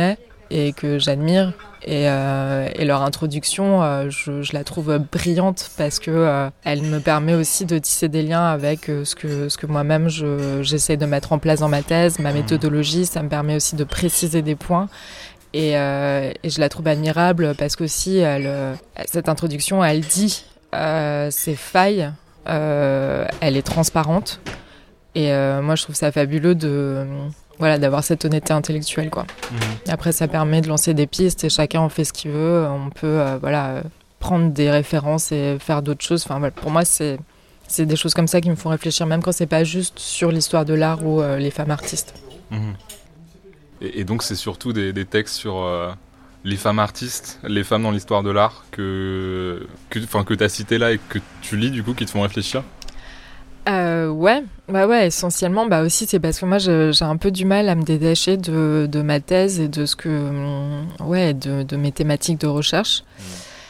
et que j'admire. Et, euh, et leur introduction, euh, je, je la trouve brillante parce que euh, elle me permet aussi de tisser des liens avec euh, ce que, ce que moi-même je, j'essaie de mettre en place dans ma thèse, ma méthodologie. Ça me permet aussi de préciser des points. Et, euh, et je la trouve admirable parce qu'aussi, elle, euh, cette introduction, elle dit euh, ses failles, euh, elle est transparente. Et euh, moi, je trouve ça fabuleux de... Voilà, d'avoir cette honnêteté intellectuelle, quoi. Mmh. Après, ça permet de lancer des pistes et chacun en fait ce qu'il veut. On peut, euh, voilà, euh, prendre des références et faire d'autres choses. Enfin, voilà, pour moi, c'est, c'est des choses comme ça qui me font réfléchir, même quand c'est pas juste sur l'histoire de l'art ou euh, les femmes artistes. Mmh. Et, et donc, c'est surtout des, des textes sur euh, les femmes artistes, les femmes dans l'histoire de l'art que, que, que tu as cité là et que tu lis, du coup, qui te font réfléchir ? Euh, ouais, bah ouais, essentiellement, bah aussi c'est parce que moi je, j'ai un peu du mal à me détacher de, de ma thèse et de ce que, ouais, de, de mes thématiques de recherche. Mmh.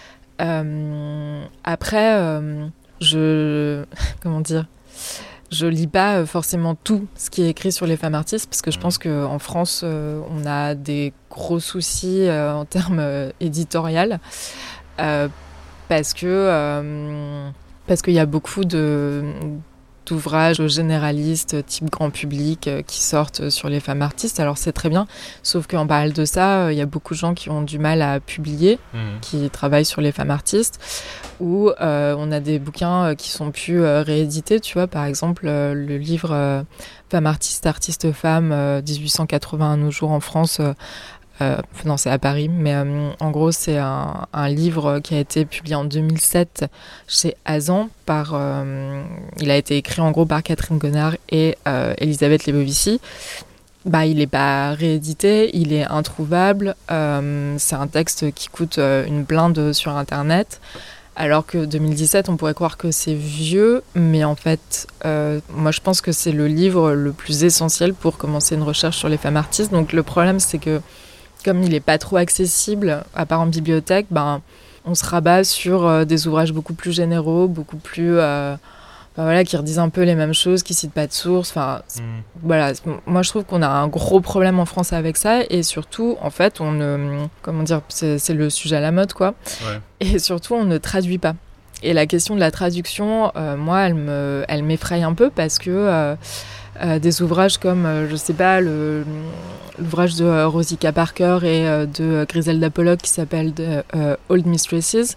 Euh, après, euh, je, comment dire, je lis pas forcément tout ce qui est écrit sur les femmes artistes parce que je pense qu'en France euh, on a des gros soucis euh, en termes euh, éditorial euh, parce que euh, parce qu'il y a beaucoup de d'ouvrages généralistes type grand public euh, qui sortent sur les femmes artistes. Alors c'est très bien, sauf qu'en parallèle de ça, il euh, y a beaucoup de gens qui ont du mal à publier, mmh. qui travaillent sur les femmes artistes, ou euh, on a des bouquins euh, qui sont plus euh, réédités, tu vois, par exemple euh, le livre euh, Femmes artistes, artistes femmes, euh, dix-huit cent quatre-vingt à nos jours en France, euh, Euh, non, c'est à Paris, mais euh, en gros, c'est un, un livre qui a été publié en deux mille sept chez Azan. Par, euh, il a été écrit en gros par Catherine Gonard et euh, Elisabeth Lebovici. Bah, il n'est pas réédité, il est introuvable. Euh, c'est un texte qui coûte euh, une blinde sur Internet. Alors que deux mille dix-sept, on pourrait croire que c'est vieux, mais en fait, euh, moi je pense que c'est le livre le plus essentiel pour commencer une recherche sur les femmes artistes. Donc le problème, c'est que comme il n'est pas trop accessible, à part en bibliothèque, ben, on se rabat sur euh, des ouvrages beaucoup plus généraux, beaucoup plus... Euh, ben voilà, qui redisent un peu les mêmes choses, qui citent pas de sources. Enfin, mmh. voilà, moi je trouve qu'on a un gros problème en France avec ça, et surtout, en fait, on ne... Comment dire, c'est, c'est le sujet à la mode, quoi. Ouais. Et surtout, on ne traduit pas. Et la question de la traduction, euh, moi, elle, me, elle m'effraie un peu, parce que... Euh, Euh, des ouvrages comme, euh, je sais pas, le, l'ouvrage de euh, Rosika Parker et euh, de Griselda Pollock qui s'appelle de, euh, Old Mistresses.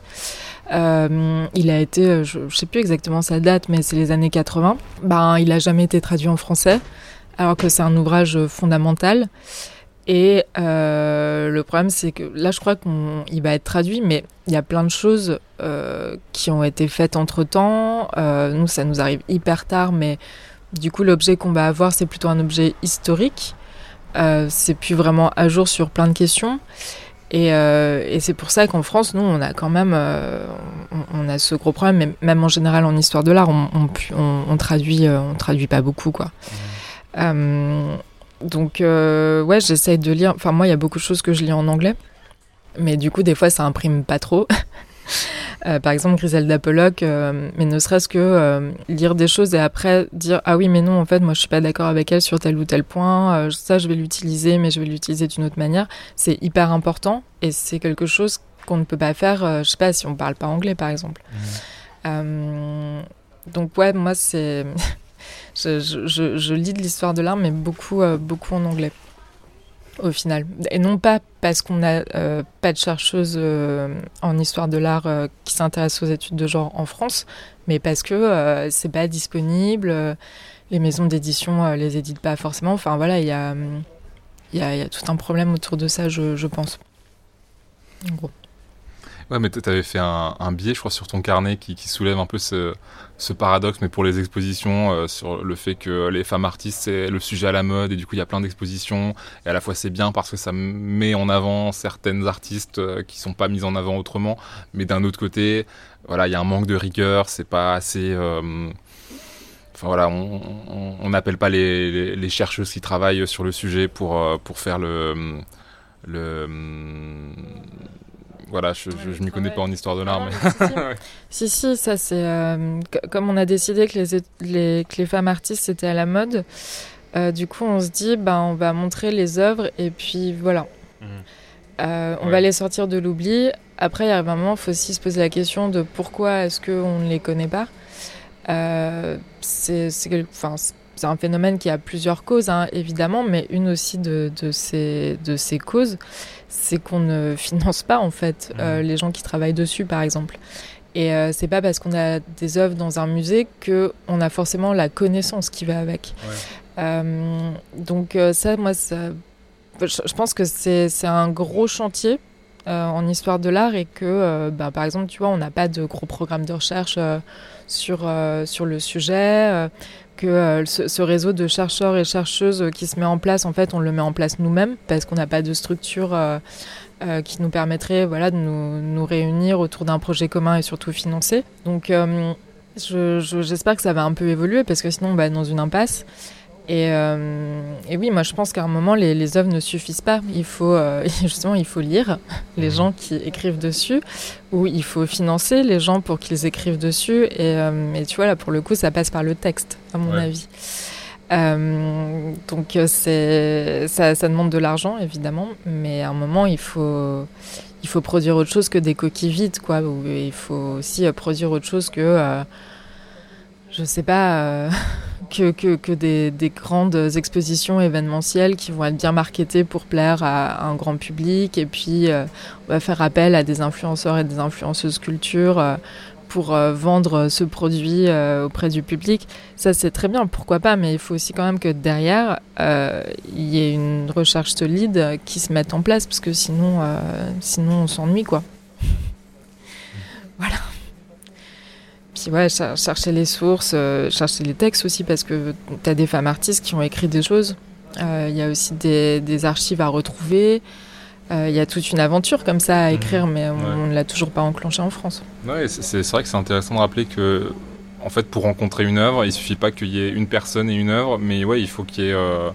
Euh, il a été, je, je sais plus exactement sa date, mais c'est les années quatre-vingts. Ben, il a jamais été traduit en français, alors que c'est un ouvrage fondamental. Et euh, le problème, c'est que là, je crois qu'il va être traduit, mais il y a plein de choses euh, qui ont été faites entre-temps. Euh, nous, ça nous arrive hyper tard, mais du coup, l'objet qu'on va avoir, c'est plutôt un objet historique. Euh, c'est plus vraiment à jour sur plein de questions. Et, euh, et c'est pour ça qu'en France, nous, on a quand même euh, on, on a ce gros problème. Mais même en général, en histoire de l'art, on, on, on, on traduit, euh, on traduit pas beaucoup, quoi. Mmh. Euh, donc, euh, ouais, j'essaye de lire. Enfin, moi, il y a beaucoup de choses que je lis en anglais. Mais du coup, des fois, ça imprime pas trop. Euh, par exemple, Griselda Pollock, euh, mais ne serait-ce que euh, lire des choses et après dire « Ah oui, mais non, en fait, moi, je suis pas d'accord avec elle sur tel ou tel point. Euh, ça, je vais l'utiliser, mais je vais l'utiliser d'une autre manière. » C'est hyper important et c'est quelque chose qu'on ne peut pas faire, euh, je sais pas, si on parle pas anglais, par exemple. Mmh. Euh, donc, ouais, moi, c'est... je, je, je, je lis de l'histoire de l'art, mais beaucoup, euh, beaucoup en anglais. Au final. Et non pas parce qu'on n'a euh, pas de chercheuse euh, en histoire de l'art euh, qui s'intéresse aux études de genre en France, mais parce que euh, c'est pas disponible, euh, les maisons d'édition euh, les éditent pas forcément. Enfin voilà, il y a, y, a, y a tout un problème autour de ça, je, je pense. En gros. Ouais, mais tu avais fait un, un biais, je crois, sur ton carnet qui, qui soulève un peu ce, ce paradoxe, mais pour les expositions, euh, sur le fait que les femmes artistes, c'est le sujet à la mode, et du coup, il y a plein d'expositions, et à la fois, c'est bien parce que ça met en avant certaines artistes euh, qui sont pas mises en avant autrement, mais d'un autre côté, voilà, il y a un manque de rigueur, c'est pas assez... Euh, Enfin voilà, on n'appelle pas les, les, les chercheuses qui travaillent sur le sujet pour, pour faire le... le Voilà, je, je, je m'y connais pas en histoire de l'art, non, mais... mais... si, si. si, si, ça c'est... Euh, comme on a décidé que les, les, que les femmes artistes c'était à la mode, euh, du coup on se dit, bah, on va montrer les œuvres et puis voilà. Mmh. Euh, on Ouais. va les sortir de l'oubli. Après, il arrive un moment, il faut aussi se poser la question de pourquoi est-ce qu'on ne les connaît pas. Euh, c'est, c'est, quel- enfin, c'est c'est un phénomène qui a plusieurs causes, hein, évidemment, mais une aussi de, de, ces, de ces causes, c'est qu'on ne finance pas, en fait, euh, Mhm. les gens qui travaillent dessus, par exemple. Et euh, c'est pas parce qu'on a des œuvres dans un musée qu'on a forcément la connaissance qui va avec. Ouais. Euh, donc euh, ça, moi, ça, je, je pense que c'est, c'est un gros chantier euh, en histoire de l'art et que, euh, bah, par exemple, tu vois, on n'a pas de gros programme de recherche euh, sur, euh, sur le sujet, euh, que euh, ce, ce réseau de chercheurs et chercheuses qui se met en place, en fait, on le met en place nous-mêmes parce qu'on n'a pas de structure euh, euh, qui nous permettrait, voilà, de nous, nous réunir autour d'un projet commun et surtout financé. Donc, euh, je, je, j'espère que ça va un peu évoluer parce que sinon, on va être dans une impasse. Et, euh, et oui, moi je pense qu'à un moment les, les œuvres ne suffisent pas. Il faut euh, justement il faut lire les gens qui écrivent dessus, ou il faut financer les gens pour qu'ils écrivent dessus. Et, euh, et tu vois là pour le coup ça passe par le texte à mon Ouais. avis. Euh, donc c'est ça, ça demande de l'argent évidemment, mais à un moment il faut il faut produire autre chose que des coquilles vides quoi. Ou il faut aussi euh, produire autre chose que euh, je sais pas. Euh, que, que, que des, des grandes expositions événementielles qui vont être bien marketées pour plaire à, à un grand public. Et puis, euh, on va faire appel à des influenceurs et des influenceuses culture euh, pour euh, vendre ce produit euh, auprès du public. Ça, c'est très bien, pourquoi pas, mais il faut aussi quand même que derrière, euh, il y ait une recherche solide qui se mette en place, parce que sinon, euh, sinon on s'ennuie, quoi. Voilà. Puis ouais, cher- chercher les sources, euh, chercher les textes aussi, parce que tu as des femmes artistes qui ont écrit des choses. Il euh, y a aussi des, des archives à retrouver. Il euh, y a toute une aventure comme ça à écrire, mais on Ouais. ne l'a toujours pas enclenchée en France. Ouais, c'est, c'est, c'est vrai que c'est intéressant de rappeler que, en fait, pour rencontrer une œuvre, il suffit pas qu'il y ait une personne et une œuvre, mais ouais, il faut qu'il y ait euh,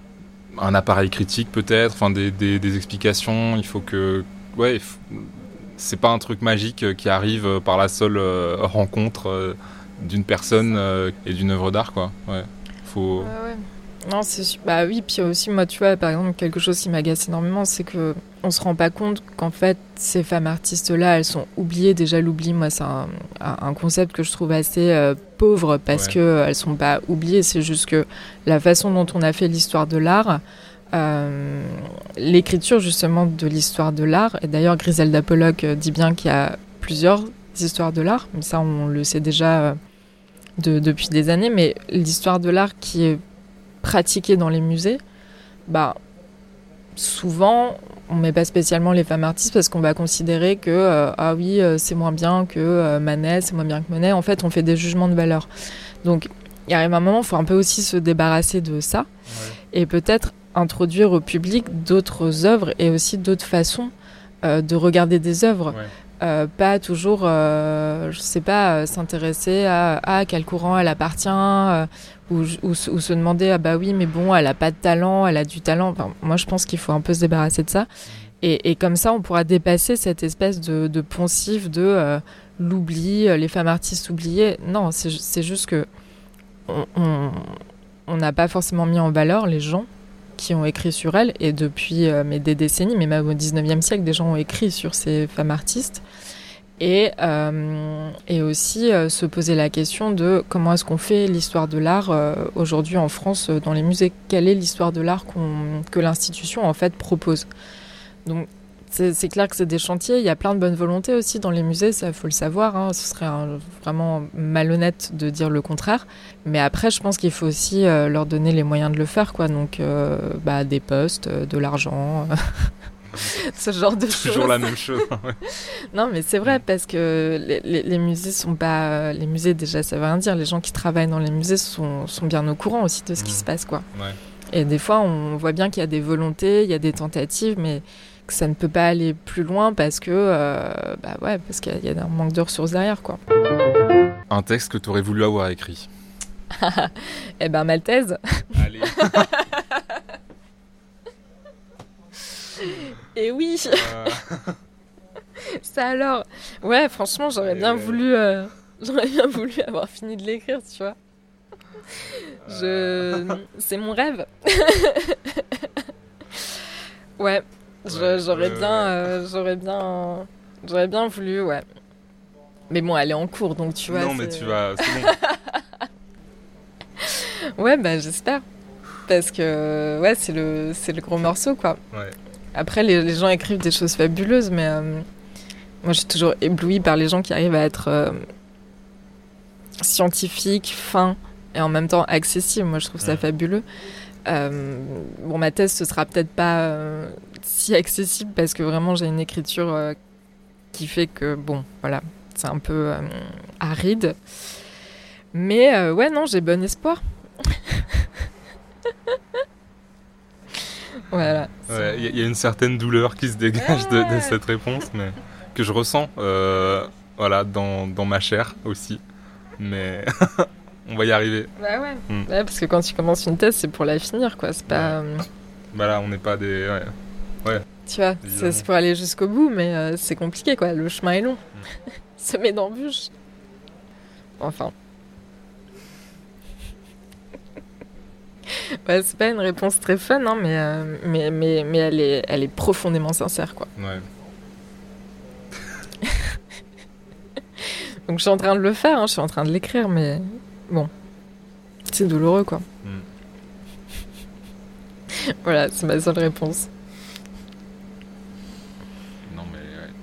un appareil critique peut-être, enfin des, des, des explications. Il faut que, ouais, il faut- c'est pas un truc magique euh, qui arrive euh, par la seule euh, rencontre euh, d'une personne euh, et d'une œuvre d'art, quoi. Ouais, faut. Ouais, ouais. Non, c'est su- bah oui, puis aussi moi tu vois par exemple quelque chose qui m'agace énormément, c'est que on se rend pas compte qu'en fait ces femmes artistes là, elles sont oubliées. Déjà l'oubli, moi c'est un, un concept que je trouve assez euh, pauvre parce Ouais. que euh, elles sont pas oubliées, c'est juste que la façon dont on a fait l'histoire de l'art, euh, l'écriture justement de l'histoire de l'art, et d'ailleurs Griselda Pollock euh, dit bien qu'il y a plusieurs histoires de l'art, mais ça on le sait déjà euh, de, depuis des années, mais l'histoire de l'art qui est pratiquée dans les musées, bah, souvent, on met pas spécialement les femmes artistes parce qu'on va considérer que euh, ah oui, euh, c'est moins bien que euh, Manet, c'est moins bien que Monet. En fait, on fait des jugements de valeur. Donc, il arrive un moment, il faut un peu aussi se débarrasser de ça et peut-être introduire au public d'autres œuvres et aussi d'autres façons euh, de regarder des œuvres. Ouais. Euh, pas toujours, euh, je sais pas, euh, s'intéresser à, à quel courant elle appartient, euh, ou, ou, ou se demander ah bah oui mais bon elle a pas de talent, elle a du talent. Enfin, moi je pense qu'il faut un peu se débarrasser de ça, et, et comme ça on pourra dépasser cette espèce de, de poncif de euh, l'oubli, euh, les femmes artistes oubliées. Non, c'est, c'est juste que on, on, on n'a pas forcément mis en valeur les gens qui ont écrit sur elles, et depuis euh, mais des décennies, mais même au dix-neuvième siècle, des gens ont écrit sur ces femmes artistes. Et, euh, et aussi euh, se poser la question de comment est-ce qu'on fait l'histoire de l'art euh, aujourd'hui en France euh, dans les musées. Quelle est l'histoire de l'art qu'on, que l'institution en fait propose. Donc c'est, c'est clair que c'est des chantiers, il y a plein de bonnes volontés aussi dans les musées, ça faut le savoir, hein. Ce serait un, vraiment malhonnête de dire le contraire. Mais après je pense qu'il faut aussi euh, leur donner les moyens de le faire, quoi. Donc euh, bah, des postes, euh, de l'argent... ce genre de choses. Toujours la même chose. Ouais. Non, mais c'est vrai parce que les, les, les musées sont pas, les musées déjà ça veut rien dire. Les gens qui travaillent dans les musées sont, sont bien au courant aussi de ce qui Mmh. se passe, quoi. Ouais. Et des fois on voit bien qu'il y a des volontés, il y a des tentatives, mais que ça ne peut pas aller plus loin parce que euh, bah ouais, parce qu'il y a, il y a un manque de ressources derrière, quoi. Un texte que tu aurais voulu avoir écrit. Eh ben Maltaise. Allez. Et oui. Euh, Ça alors. Ouais, franchement, j'aurais bien Euh. voulu, euh, j'aurais bien voulu avoir fini de l'écrire, tu vois. Je, c'est mon rêve. Ouais, Je, j'aurais bien, euh, j'aurais bien, j'aurais bien voulu, ouais. Mais bon, elle est en cours, donc tu vois. Non, c'est... mais tu vas, c'est bon. Ouais, bah j'espère. Parce que, ouais, c'est le, c'est le gros morceau, quoi. Ouais. Après, les, les gens écrivent des choses fabuleuses, mais euh, moi, je suis toujours éblouie par les gens qui arrivent à être euh, scientifiques, fins, et en même temps accessibles. Moi, je trouve ça Ouais. fabuleux. Euh, bon, ma thèse, ce sera peut-être pas euh, si accessible, parce que vraiment, j'ai une écriture euh, qui fait que, bon, voilà, c'est un peu euh, aride. Mais euh, ouais, non, j'ai bon espoir. Voilà. Ouais, il y, y a une certaine douleur qui se dégage de, de cette réponse, mais que je ressens, euh, voilà, dans, dans ma chair aussi. Mais on va y arriver. Bah ouais. Mm. Ouais, parce que quand tu commences une thèse, c'est pour la finir, quoi. C'est pas. euh, Bah là, on n'est pas des. Ouais. Tu vois, c'est, Évidemment. c'est pour aller jusqu'au bout, mais euh, c'est compliqué, quoi. Le chemin est long. Semé d'embûches. Enfin. Ouais, c'est pas une réponse très fun, hein, mais, euh, mais, mais, mais elle, est, elle est profondément sincère, quoi. Ouais. Donc je suis en train de le faire, hein, je suis en train de l'écrire, mais bon, c'est douloureux, quoi. Mm. Voilà, c'est ma seule réponse. Non, mais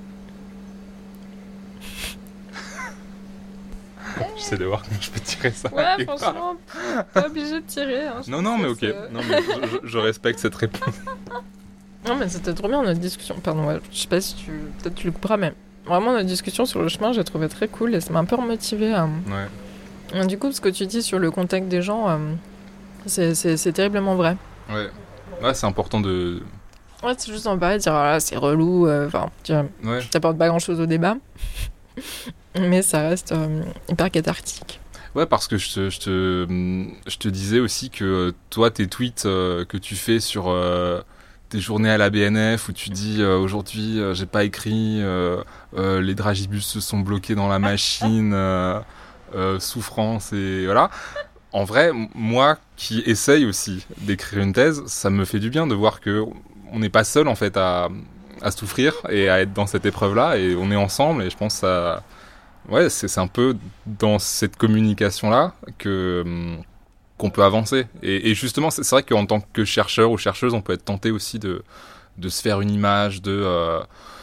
ouais. J'essaie de voir comment je peux tirer ça. Ouais, quelque part. franchement, pas obligé de tirer. Hein, je Non, pense non, mais que ok. c'est- Non, mais je, je- je respecte cette réponse. Non, mais c'était trop bien notre discussion. Pardon, ouais, je sais pas si tu. Peut-être tu le couperas, mais vraiment notre discussion sur le chemin, j'ai trouvé très cool et ça m'a un peu remotivée. à- Ouais. Du coup, ce que tu dis sur le contact des gens, euh, c'est, c'est, c'est terriblement vrai. Ouais. Ouais, c'est important de. Ouais, c'est juste en parler, dire ah, là, c'est relou, euh, enfin, tu vois, Ouais. t'apportes pas grand chose au débat, mais ça reste euh, hyper cathartique. Ouais, parce que je te, je te, je te disais aussi que toi, tes tweets euh, que tu fais sur euh, tes journées à la B N F où tu dis euh, aujourd'hui euh, j'ai pas écrit, euh, euh, les dragibus se sont bloqués dans la machine, euh, euh, souffrance et voilà. En vrai, m- moi qui essaye aussi d'écrire une thèse, ça me fait du bien de voir que on n'est pas seul en fait à, à souffrir et à être dans cette épreuve-là et on est ensemble et je pense que ça. Ouais, c'est, c'est un peu dans cette communication-là que, hum, qu'on peut avancer. Et, et justement, c'est, c'est vrai qu'en tant que chercheur ou chercheuse, on peut être tenté aussi de, de se faire une image de euh,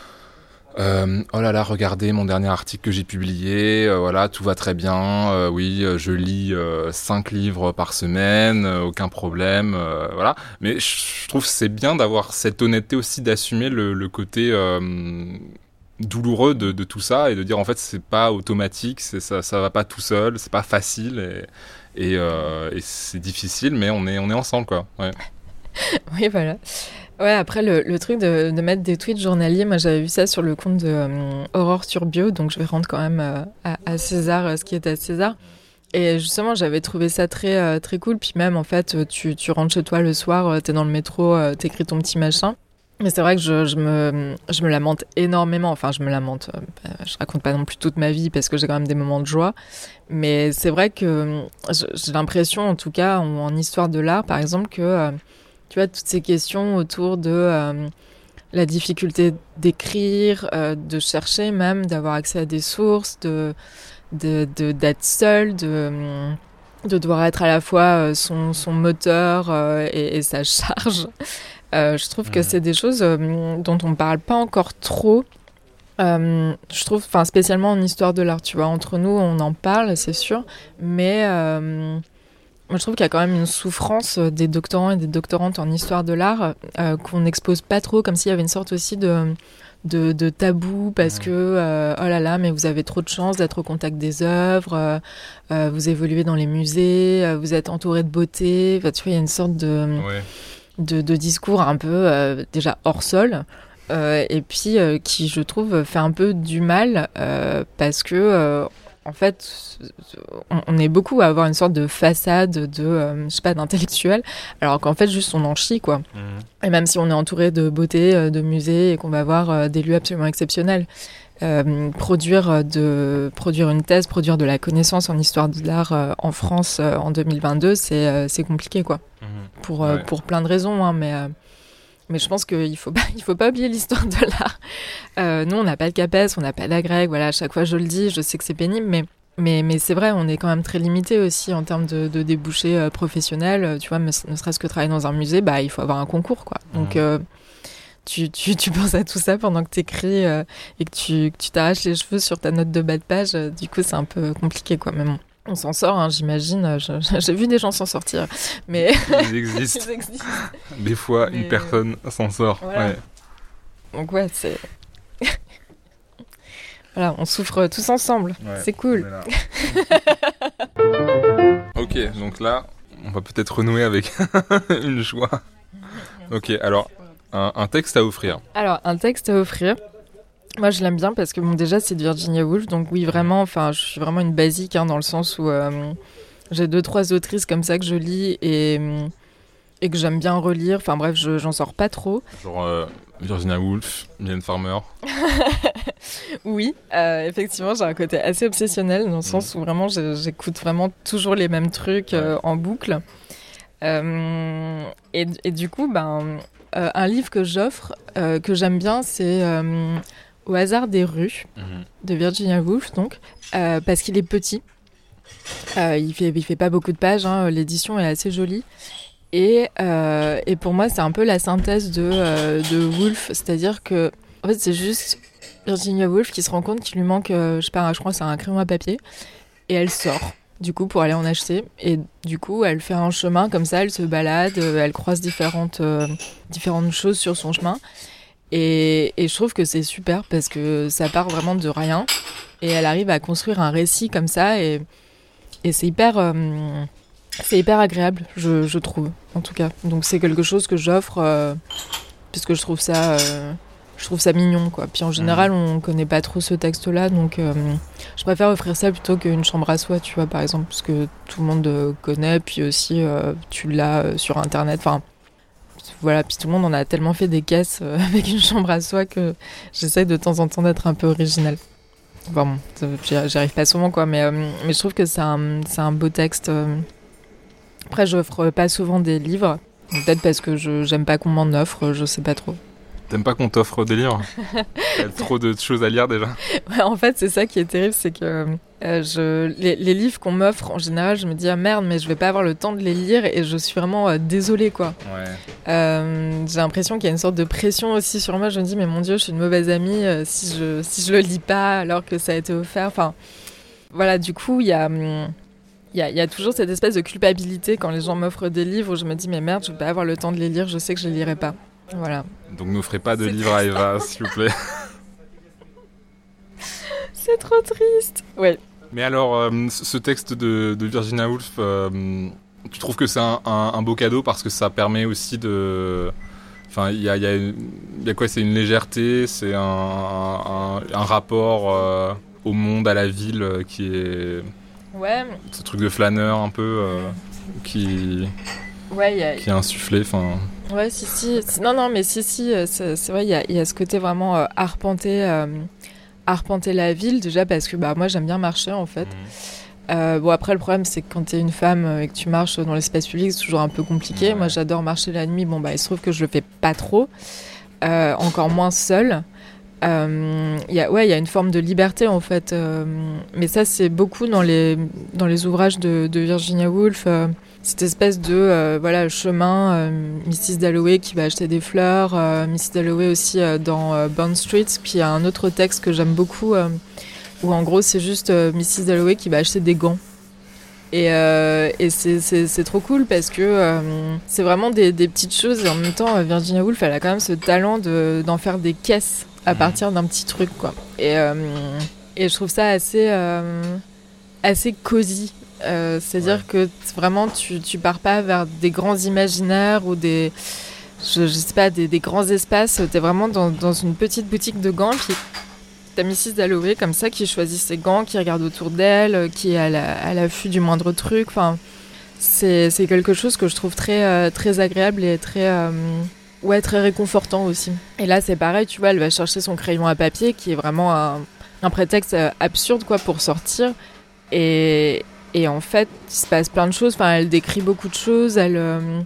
euh, oh là là, regardez mon dernier article que j'ai publié, euh, voilà, tout va très bien, euh, oui, euh, je lis euh, cinq livres par semaine, euh, aucun problème, euh, voilà. Mais je, je trouve que c'est bien d'avoir cette honnêteté aussi d'assumer le, le côté euh, douloureux de, de tout ça et de dire en fait c'est pas automatique, c'est, ça, ça va pas tout seul, c'est pas facile et, et, euh, et c'est difficile, mais on est, on est ensemble quoi. Ouais. Oui, voilà. Ouais, après, le, le truc de, de mettre des tweets journaliers, moi j'avais vu ça sur le compte de euh, Aurore Turbio, donc je vais rendre quand même euh, à, à César euh, ce qui est à César. Et justement, j'avais trouvé ça très, euh, très cool. Puis même, en fait, tu, tu rentres chez toi le soir, euh, t'es dans le métro, euh, t'écris ton petit machin. Mais c'est vrai que je, je, me, je me lamente énormément. Enfin, je me lamente. Euh, bah, je raconte pas non plus toute ma vie parce que j'ai quand même des moments de joie. Mais c'est vrai que euh, j'ai l'impression, en tout cas, en, en histoire de l'art, par exemple, que euh, tu vois, toutes ces questions autour de euh, la difficulté d'écrire, euh, de chercher même, d'avoir accès à des sources, de, de, de, d'être seul, de, de devoir être à la fois son, son moteur euh, et, et sa charge. Euh, je trouve que Mmh. c'est des choses euh, dont on parle pas encore trop. Euh, je trouve, enfin spécialement en histoire de l'art, tu vois, entre nous on en parle, c'est sûr, mais euh, moi je trouve qu'il y a quand même une souffrance des doctorants et des doctorantes en histoire de l'art euh, qu'on n'expose pas trop, comme s'il y avait une sorte aussi de de, de tabou parce Mmh. que euh, oh là là, mais vous avez trop de chance d'être au contact des œuvres, euh, euh, vous évoluez dans les musées, euh, vous êtes entouré de beauté, enfin, tu vois, il y a une sorte de Ouais. De, de discours un peu euh, déjà hors sol euh, et puis euh, qui je trouve fait un peu du mal euh, parce que euh, en fait on, on est beaucoup à avoir une sorte de façade de euh, je sais pas d'intellectuel alors qu'en fait juste on en chie quoi. Mmh. Et même si on est entouré de beauté, euh, de musées et qu'on va voir euh, des lieux absolument exceptionnels, euh, produire, de, produire une thèse, produire de la connaissance en histoire de l'art euh, en France euh, en deux mille vingt-deux, c'est, euh, c'est compliqué, quoi. Mmh. Pour, euh, Ouais. pour plein de raisons, hein, mais, euh, Mais je pense qu'il faut pas, il faut pas oublier l'histoire de l'art. Euh, nous, on n'a pas de CAPES, on n'a pas d'agrég. Voilà, à chaque fois je le dis, je sais que c'est pénible, mais mais mais c'est vrai, on est quand même très limité aussi en termes de, de débouchés euh, professionnels. Tu vois, ne serait-ce que travailler dans un musée, bah il faut avoir un concours, quoi. Donc euh, tu tu tu penses à tout ça pendant que t'écris euh, et que tu que tu t'arraches les cheveux sur ta note de bas de page. Euh, du coup, c'est un peu compliqué, quoi. Mais bon. On s'en sort, hein, j'imagine. Je, j'ai vu des gens s'en sortir, mais ils existent. Ils existent. Des fois, mais... une personne s'en sort. Voilà. Ouais. Donc ouais, c'est voilà, on souffre tous ensemble. Ouais, c'est cool. Ok, donc là, on va peut-être renouer avec une joie. Ok, alors un, un texte à offrir. Alors un texte à offrir. Moi, je l'aime bien parce que bon, déjà, c'est de Virginia Woolf, donc oui, vraiment. Enfin, je suis vraiment une basique hein, dans le sens où euh, j'ai deux, trois autrices comme ça que je lis et et que j'aime bien relire. Enfin bref, je, j'en sors pas trop. Genre euh, Virginia Woolf, Mylène Farmer. Oui, euh, effectivement, j'ai un côté assez obsessionnel dans le sens où vraiment j'écoute vraiment toujours les mêmes trucs euh, en boucle. Euh, et, et du coup, ben, euh, un livre que j'offre, euh, que j'aime bien, c'est euh, Au hasard des rues, mmh. de Virginia Woolf, donc, euh, parce qu'il est petit. Euh, il fait, il fait pas beaucoup de pages, hein, l'édition est assez jolie. Et, euh, et pour moi, c'est un peu la synthèse de, euh, de Woolf, c'est-à-dire que, en fait, c'est juste Virginia Woolf qui se rend compte qu'il lui manque, euh, je sais pas, je crois que c'est un crayon à papier, et elle sort, du coup, pour aller en acheter, et du coup, elle fait un chemin comme ça, elle se balade, euh, elle croise différentes, euh, différentes choses sur son chemin, et, et je trouve que c'est super, parce que ça part vraiment de rien, et elle arrive à construire un récit comme ça, et, et c'est hyper... Euh, C'est hyper agréable, je, je trouve, en tout cas. Donc c'est quelque chose que j'offre, euh, parce que je trouve ça, euh, je trouve ça mignon, quoi. Puis en général, on connaît pas trop ce texte-là, donc euh, je préfère offrir ça plutôt qu'une chambre à soie, tu vois, par exemple, parce que tout le monde euh, connaît, puis aussi euh, tu l'as euh, sur Internet, enfin... Voilà, puis tout le monde en a tellement fait des caisses euh, avec une chambre à soie que j'essaie de temps en temps d'être un peu originale. Enfin bon, j'y arrive pas souvent, quoi, mais, euh, mais je trouve que c'est un, c'est un beau texte... Euh, Après, je n'offre pas souvent des livres. Peut-être parce que je j'aime pas qu'on m'en offre, je sais pas trop. T'aimes pas qu'on t'offre des livres ? T'as trop de choses à lire déjà ? Ouais, en fait, c'est ça qui est terrible, c'est que euh, je, les, les livres qu'on m'offre, en général, je me dis « Ah merde, mais je vais pas avoir le temps de les lire » et je suis vraiment euh, désolée, quoi. Ouais. Euh, j'ai l'impression qu'il y a une sorte de pression aussi sur moi. Je me dis « Mais mon Dieu, je suis une mauvaise amie euh, si, je, si je le lis pas alors que ça a été offert. » Enfin, voilà, du coup, il y a... Hum, Il y, a, il y a toujours cette espèce de culpabilité quand les gens m'offrent des livres où je me dis mais merde, je vais pas avoir le temps de les lire, je sais que je les lirai pas. Voilà. Donc n'offrez pas de livres à Eva, s'il vous plaît. C'est trop triste. Ouais. Mais alors, euh, ce texte de, de Virginia Woolf, euh, tu trouves que c'est un, un, un beau cadeau parce que ça permet aussi de... Enfin, il y a, y, a, y a quoi ? C'est une légèreté, c'est un, un, un rapport euh, au monde, à la ville euh, qui est... Ouais. Ce truc de flâneur un peu euh, qui, ouais, y a... qui est insufflé. Fin... Ouais, si, si, si. Non, non, mais si, si. C'est, c'est vrai, il y a, y a ce côté vraiment euh, arpenter, euh, arpenter la ville, déjà parce que bah, moi, j'aime bien marcher, en fait. Mmh. Euh, bon, après, le problème, c'est que quand t'es une femme et que tu marches dans l'espace public, c'est toujours un peu compliqué. Ouais. Moi, j'adore marcher la nuit. Bon, bah, il se trouve que je le fais pas trop. Euh, encore moins seule. Euh, y a, ouais, il y a une forme de liberté en fait, euh, mais ça c'est beaucoup dans les, dans les ouvrages de, de Virginia Woolf, euh, cette espèce de euh, voilà, chemin, euh, missus Dalloway qui va acheter des fleurs, euh, missus Dalloway aussi euh, dans euh, Bond Street, puis il y a un autre texte que j'aime beaucoup, euh, où en gros c'est juste euh, missus Dalloway qui va acheter des gants. Et, euh, et c'est, c'est, c'est trop cool parce que euh, c'est vraiment des, des petites choses et en même temps Virginia Woolf elle a quand même ce talent de, d'en faire des caisses à partir d'un petit truc, quoi. Et, euh, et je trouve ça assez, euh, assez cosy. Euh, c'est-à-dire ouais. que vraiment, tu, tu pars pas vers des grands imaginaires ou des, je, je sais pas, des, des grands espaces. T'es vraiment dans, dans une petite boutique de gants. Puis t'as missus Dalloway comme ça qui choisit ses gants, qui regarde autour d'elle, qui est à, la, à l'affût du moindre truc. Enfin, c'est, c'est quelque chose que je trouve très, euh, très agréable et très... Euh, Ouais, très réconfortant aussi. Et là, c'est pareil, tu vois, elle va chercher son crayon à papier, qui est vraiment un, un prétexte absurde, quoi, pour sortir. Et, et en fait, il se passe plein de choses. Enfin, elle décrit beaucoup de choses. Elle, euh,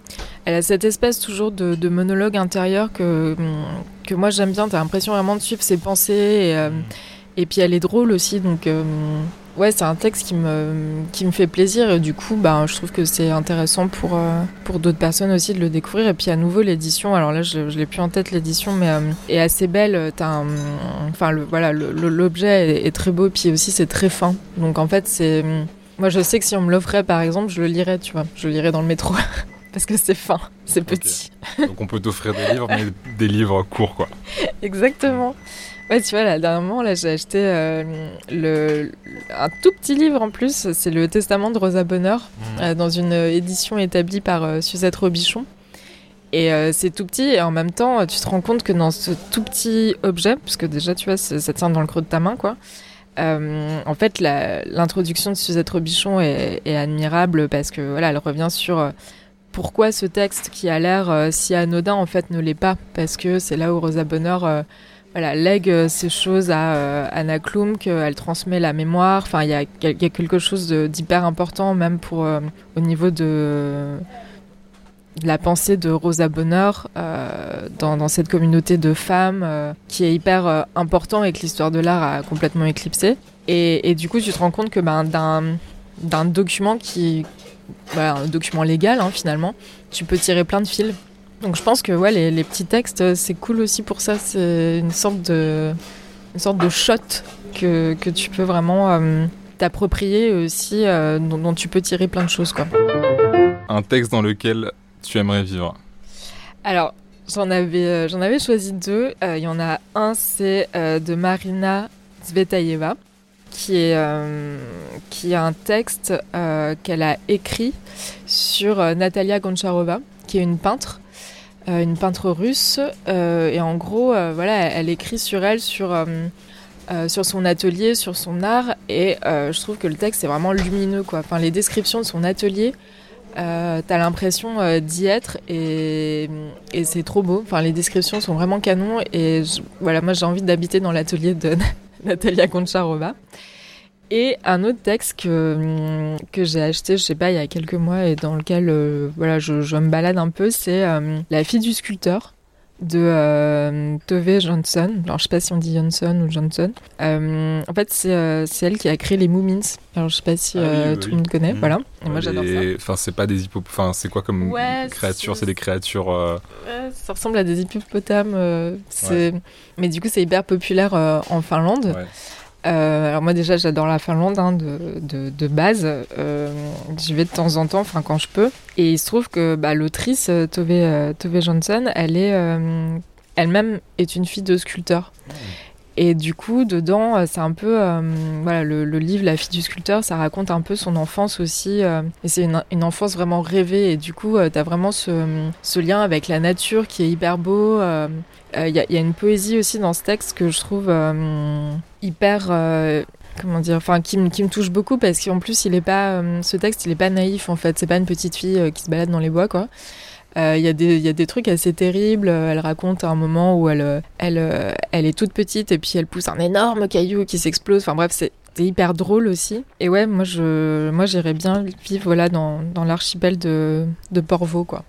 elle a cette espèce toujours de, de monologue intérieur que, que moi j'aime bien. T'as l'impression vraiment de suivre ses pensées. Et, euh, et puis elle est drôle aussi. Donc euh, ouais, c'est un texte qui me, qui me fait plaisir. Et du coup, bah, je trouve que c'est intéressant pour, euh, pour d'autres personnes aussi de le découvrir. Et puis à nouveau, l'édition, alors là je, je l'ai plus en tête l'édition, mais euh, est assez belle. T'as un, enfin, le, voilà, le, le, l'objet est, est très beau. Puis aussi, c'est très fin. Donc en fait, c'est... Moi, je sais que si on me l'offrait, par exemple, je le lirais, tu vois. Je le lirais dans le métro. Parce que c'est fin, c'est petit. Okay. Donc on peut t'offrir des livres, mais des livres courts, quoi. Exactement. Ouais, tu vois, là, dernièrement, là, j'ai acheté euh, le, un tout petit livre en plus. C'est le Testament de Rosa Bonheur, mmh. euh, dans une édition établie par euh, Suzette Robichon. Et euh, c'est tout petit, et en même temps, tu te rends compte que dans ce tout petit objet, parce que déjà, tu vois, ça tient dans le creux de ta main, quoi. Euh, en fait, la, l'introduction de Suzette Robichon est, est admirable parce que voilà, elle revient sur euh, pourquoi ce texte qui a l'air euh, si anodin en fait ne l'est pas, parce que c'est là où Rosa Bonheur euh, voilà, lègue euh, ces choses à euh, Anna Klum, qu'elle transmet la mémoire. Enfin, il y a, y a quelque chose de, d'hyper important même pour euh, au niveau de, de la pensée de Rosa Bonheur euh, dans, dans cette communauté de femmes euh, qui est hyper euh, important et que l'histoire de l'art a complètement éclipsé. Et, et du coup, tu te rends compte que ben, d'un, d'un document qui... Voilà, un document légal, hein, finalement, tu peux tirer plein de fils. Donc je pense que ouais, les, les petits textes, c'est cool aussi pour ça. C'est une sorte de, une sorte de shot que, que tu peux vraiment euh, t'approprier aussi, euh, dont, dont tu peux tirer plein de choses, quoi. Un texte dans lequel tu aimerais vivre? Alors, j'en avais, euh, j'en avais choisi deux. Il euh, y en a un, c'est euh, de Marina Tsvetaeva, qui est, euh, qui est un texte euh, qu'elle a écrit sur euh, Natalia Goncharova, qui est une peintre, euh, une peintre russe. Euh, et en gros, euh, voilà, elle écrit sur elle, sur, euh, euh, sur son atelier, sur son art. Et euh, je trouve que le texte est vraiment lumineux, quoi. Enfin, les descriptions de son atelier, euh, t'as l'impression euh, d'y être et, et c'est trop beau. Enfin, les descriptions sont vraiment canons. Et je, voilà, moi, j'ai envie d'habiter dans l'atelier de Natalia Goncharova. Et un autre texte que, que j'ai acheté, je sais pas, il y a quelques mois et dans lequel euh, voilà, je, je me balade un peu, c'est euh, La fille du sculpteur de euh, Tove Jansson. Alors je sais pas si on dit Jansson ou Jansson. Euh, en fait, c'est, euh, c'est elle qui a créé les Moomins. Alors je sais pas si euh, ah oui, oui, tout oui. le monde connaît. Mmh. Voilà. Et moi les... j'adore ça. Enfin, c'est pas des hippopotames. Enfin, c'est quoi comme ouais, créatures c'est... c'est des créatures. Euh... Ouais, ça ressemble à des hippopotames. Euh, c'est... Ouais. Mais du coup, c'est hyper populaire euh, en Finlande. Ouais. Euh, alors moi déjà j'adore la Finlande hein, de, de, de base, euh, j'y vais de temps en temps, enfin quand je peux. Et il se trouve que bah, l'autrice Tove, euh, Tove Jansson, elle est euh, elle-même est une fille de sculpteur. Mmh. Et du coup dedans c'est un peu euh, voilà le, le livre La fille du sculpteur, ça raconte un peu son enfance aussi. Euh, et c'est une, une enfance vraiment rêvée. Et du coup euh, t'as vraiment ce, ce lien avec la nature qui est hyper beau. Euh, Il euh, y, y a une poésie aussi dans ce texte que je trouve euh, hyper, euh, comment dire, enfin qui, qui me touche beaucoup parce qu'en plus il est pas, euh, ce texte il est pas naïf en fait, c'est pas une petite fille euh, qui se balade dans les bois quoi. Il euh, y a des, il y a des trucs assez terribles. Elle raconte un moment où elle, elle, elle est toute petite et puis elle pousse un énorme caillou qui s'explose. Enfin bref, c'est C'est hyper drôle aussi. Et ouais, moi je, moi j'irais bien vivre voilà dans, dans l'archipel de, de Porvoo quoi.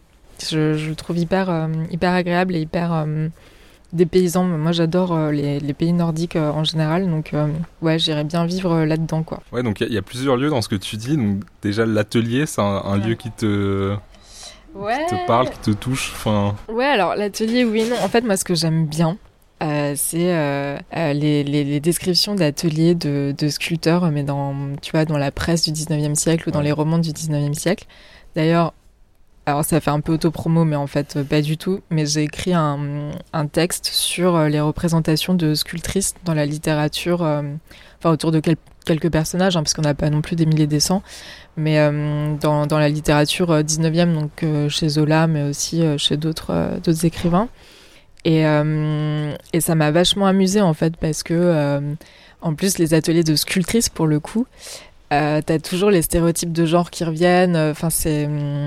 Je, je le trouve hyper, euh, hyper agréable et hyper euh, dépaysant. Moi, j'adore euh, les, les pays nordiques euh, en général. Donc, euh, ouais, j'irais bien vivre euh, là-dedans, quoi. Ouais, donc il y, y a plusieurs lieux dans ce que tu dis. Donc, déjà, l'atelier, c'est un, un ouais. lieu qui te, ouais. qui te parle, qui te touche. Enfin... Ouais, alors, l'atelier, oui, non. En fait, moi, ce que j'aime bien, euh, c'est euh, euh, les, les, les descriptions d'ateliers de, de sculpteurs, mais dans, tu vois, dans la presse du dix-neuvième siècle ou dans ouais. les romans du dix-neuvième siècle. D'ailleurs, alors ça fait un peu auto-promo, mais en fait euh, pas du tout. Mais j'ai écrit un, un texte sur euh, les représentations de sculptrices dans la littérature, euh, enfin autour de quel, quelques personnages, hein, parce qu'on n'a pas non plus des milliers des cents, mais euh, dans, dans la littérature euh, dix-neuvième, donc euh, chez Zola, mais aussi euh, chez d'autres, euh, d'autres écrivains. Et, euh, et ça m'a vachement amusée en fait, parce que euh, en plus les ateliers de sculptrices, pour le coup, euh, t'as toujours les stéréotypes de genre qui reviennent. Enfin c'est...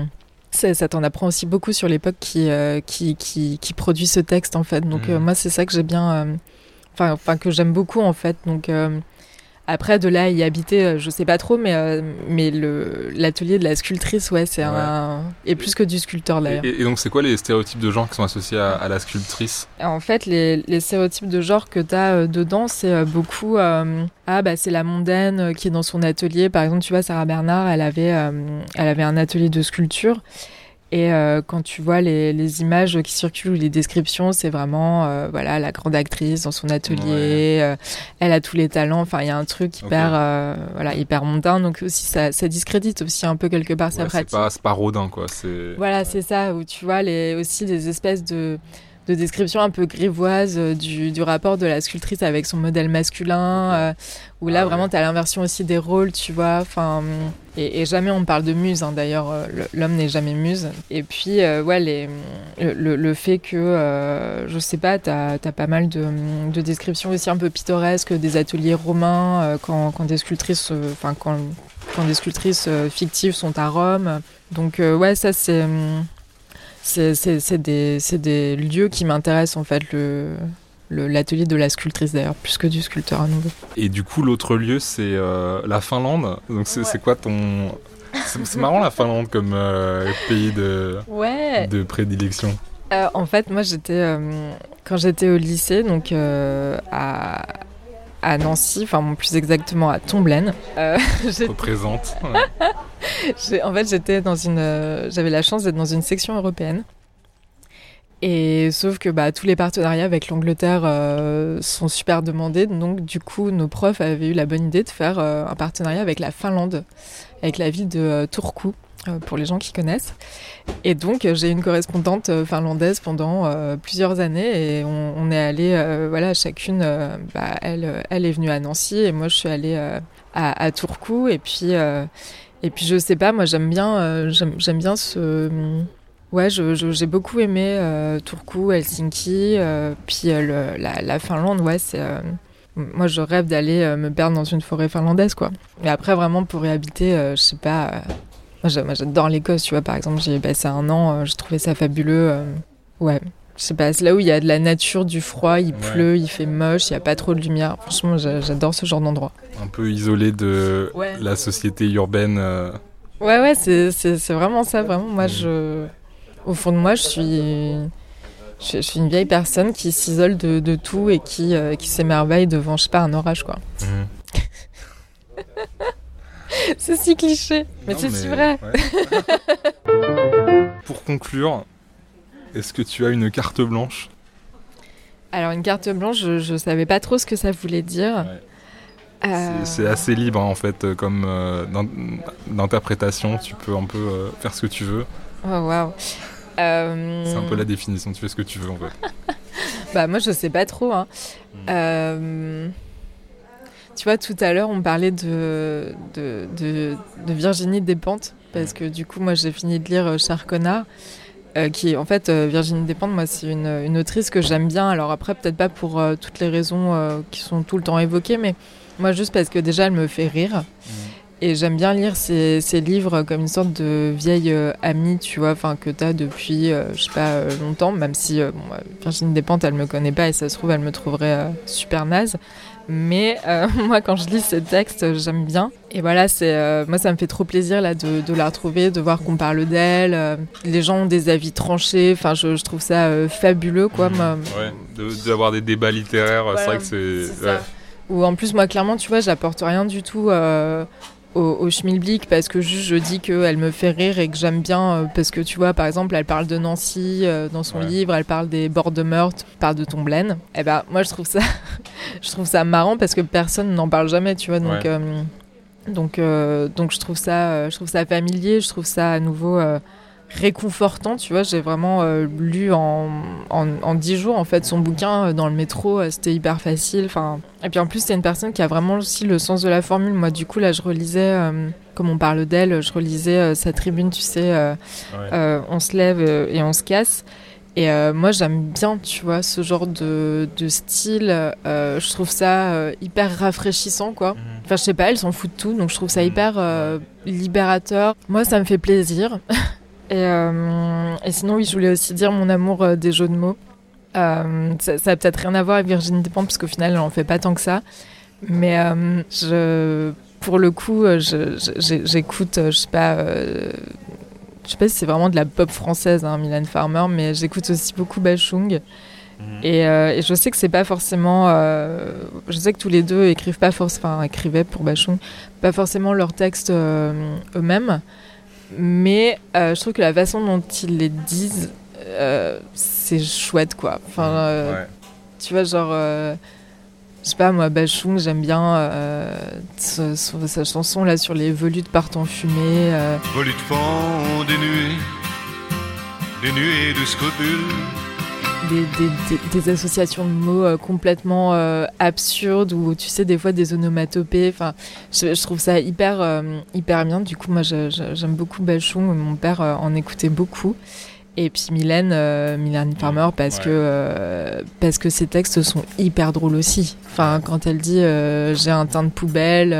Ça, ça t'en apprend aussi beaucoup sur l'époque qui, euh, qui, qui, qui produit ce texte en fait. Donc mmh. euh, moi c'est ça que j'ai bien, enfin euh, que j'aime beaucoup en fait. Donc euh, Après, de là à y habiter, euh, je sais pas trop, mais, euh, mais le, l'atelier de la sculptrice, ouais, c'est ouais. un... Et plus que du sculpteur, d'ailleurs. Et, et donc, c'est quoi les stéréotypes de genre qui sont associés à, à la sculptrice ? En fait, les, les stéréotypes de genre que t'as euh, dedans, c'est euh, beaucoup... Euh, ah, bah, c'est la mondaine euh, qui est dans son atelier. Par exemple, tu vois, Sarah Bernard, elle avait, euh, elle avait un atelier de sculpture. Et euh, quand tu vois les, les images qui circulent ou les descriptions, c'est vraiment euh, voilà la grande actrice dans son atelier. Ouais. Euh, elle a tous les talents. Enfin, il y a un truc hyper okay. euh, voilà hyper mondain. Donc aussi ça, ça discrédite aussi un peu quelque part ouais, sa pratique. C'est pas, c'est pas rodin quoi. C'est voilà ouais. c'est ça où tu vois les aussi des espèces de de description un peu grivoise euh, du, du rapport de la sculptrice avec son modèle masculin, euh, où là ah, vraiment ouais. t'as l'inversion aussi des rôles, tu vois. Enfin, et, et jamais on parle de muse, hein, d'ailleurs, euh, l'homme n'est jamais muse. Et puis, euh, ouais, les, le, le fait que, euh, je sais pas, t'as, t'as pas mal de, de descriptions aussi un peu pittoresques des ateliers romains, euh, quand, quand des sculptrices, enfin, euh, quand, quand des sculptrices euh, fictives sont à Rome. Donc, euh, ouais, ça c'est... C'est, c'est, c'est, des, c'est des lieux qui m'intéressent, en fait, le, le, l'atelier de la sculptrice, d'ailleurs, plus que du sculpteur à nouveau. Et du coup, l'autre lieu, c'est euh, la Finlande. Donc, c'est, ouais. c'est quoi ton... C'est, c'est marrant, la Finlande, comme euh, pays de, ouais. de prédilection. Euh, en fait, moi, j'étais... Euh, quand j'étais au lycée, donc à... à Nancy, enfin bon, plus exactement à Tomblaine. Euh, Représente. Ouais. J'ai, en fait, j'étais dans une, euh, j'avais la chance d'être dans une section européenne. Et sauf que bah, tous les partenariats avec l'Angleterre euh, sont super demandés. Donc du coup, nos profs avaient eu la bonne idée de faire euh, un partenariat avec la Finlande, avec la ville de euh, Turku, euh, pour les gens qui connaissent. Et donc, j'ai une correspondante finlandaise pendant euh, plusieurs années et on, on est allé, euh, voilà, chacune, euh, bah, elle, elle est venue à Nancy et moi, je suis allée euh, à, à Turku. Et puis, euh, et puis, je sais pas, moi, j'aime bien, euh, j'aime, j'aime bien ce... Ouais, je, je, j'ai beaucoup aimé euh, Turku, Helsinki, euh, puis euh, le, la, la Finlande, ouais, c'est... Euh, moi, je rêve d'aller euh, me perdre dans une forêt finlandaise, quoi. Mais après, vraiment, pour y habiter, euh, je sais pas... Euh, Moi, j'adore l'Écosse, tu vois, par exemple, j'y ai passé un an, euh, j'ai trouvé ça fabuleux. Euh, ouais, je sais pas, c'est là où il y a de la nature, du froid, il pleut, ouais. il fait moche, il n'y a pas trop de lumière. Franchement, j'adore ce genre d'endroit. Un peu isolé de ouais. la société urbaine. Euh... Ouais, ouais, c'est, c'est, c'est vraiment ça, vraiment. Moi, je... Au fond de moi, je suis... Je suis une vieille personne qui s'isole de, de tout et qui, euh, qui s'émerveille devant, je sais pas, un orage, quoi. Mmh. C'est si cliché, mais non, c'est mais... si vrai. Ouais. Pour conclure, est-ce que tu as une carte blanche ? Alors une carte blanche, je, je savais pas trop ce que ça voulait dire. Ouais. Euh... C'est, c'est assez libre hein, en fait, comme euh, dans, d'interprétation, tu peux un peu euh, faire ce que tu veux. Oh waouh. Euh... C'est un peu la définition, tu fais ce que tu veux en fait. Bah moi je sais pas trop. Hein. Mmh. Euh... Tu vois, tout à l'heure, on parlait de, de, de, de Virginie Despentes, parce que du coup, moi, j'ai fini de lire Charconnard, euh, qui, en fait, euh, Virginie Despentes, moi, c'est une, une autrice que j'aime bien. Alors après, peut-être pas pour euh, toutes les raisons euh, qui sont tout le temps évoquées, mais moi, juste parce que déjà, elle me fait rire. Mmh. Et j'aime bien lire ses, ses livres comme une sorte de vieille euh, amie, tu vois, enfin, que t'as depuis, euh, je sais pas, euh, longtemps, même si euh, bon, Virginie Despentes, elle me connaît pas et ça se trouve, elle me trouverait euh, super naze. Mais euh, moi, quand je lis ces textes, j'aime bien. Et voilà, c'est, euh, moi, ça me fait trop plaisir là, de, de la retrouver, de voir qu'on parle d'elle. Euh, les gens ont des avis tranchés. Enfin, je, je trouve ça euh, fabuleux, quoi. Mmh, moi. Ouais, de, d'avoir des débats littéraires, voilà, c'est vrai que c'est... c'est ouais. Ou en plus, moi, clairement, tu vois, j'apporte rien du tout... Euh, au, au schmilblick parce que juste je dis qu'elle me fait rire et que j'aime bien euh, parce que tu vois par exemple elle parle de Nancy euh, dans son ouais. livre, elle parle des bords de Meurthe, elle parle de Tomblaine. Et ben moi je trouve ça je trouve ça marrant parce que personne n'en parle jamais, tu vois, donc ouais. euh, donc euh, donc je trouve ça euh, je trouve ça familier, je trouve ça à nouveau euh, réconfortant, tu vois. J'ai vraiment euh, lu en, en, en dix jours en fait son bouquin euh, dans le métro, euh, c'était hyper facile, enfin. Et puis en plus c'est une personne qui a vraiment aussi le sens de la formule. Moi du coup là je relisais, euh, comme on parle d'elle, je relisais euh, sa tribune, tu sais, euh, ouais. euh, on se lève euh, et on se casse. Et euh, moi j'aime bien, tu vois, ce genre de, de style, euh, je trouve ça euh, hyper rafraîchissant, quoi. Mmh. Enfin je sais pas, elle s'en fout de tout, donc je trouve ça hyper euh, libérateur. Moi ça me fait plaisir. Et, euh, et sinon, oui, je voulais aussi dire mon amour euh, des jeux de mots. Euh, ça, ça a peut-être rien à voir avec Virginie Despentes, parce qu'au final, elle en fait pas tant que ça. Mais euh, je, pour le coup, je, je, j'écoute, je sais pas, euh, je sais pas si c'est vraiment de la pop française, hein, Mylène Farmer, mais j'écoute aussi beaucoup Bashung. Mmh. Et, euh, et je sais que c'est pas forcément, euh, je sais que tous les deux écrivent pas forcément, enfin écrivaient pour Bashung, pas forcément leurs textes euh, eux-mêmes, mais euh, je trouve que la façon dont ils les disent, euh, c'est chouette quoi. Enfin, euh, ouais. Tu vois, genre. Euh, Je sais pas, moi, Bashung, j'aime bien euh, sa, sa chanson là sur les volutes partent en fumée. Euh... Volutes font des nuées, des nuées de scrupules. Des, des, des, des associations de mots euh, complètement euh, absurdes ou tu sais, des fois des onomatopées. Enfin, je, je trouve ça hyper, euh, hyper bien. Du coup, moi, je, je, j'aime beaucoup Bashung. Mon père euh, en écoutait beaucoup. Et puis Mylène, euh, Mylène Farmer, parce, ouais. que, euh, parce que ses textes sont hyper drôles aussi. Enfin, quand elle dit euh, « j'ai un teint de poubelle euh... ».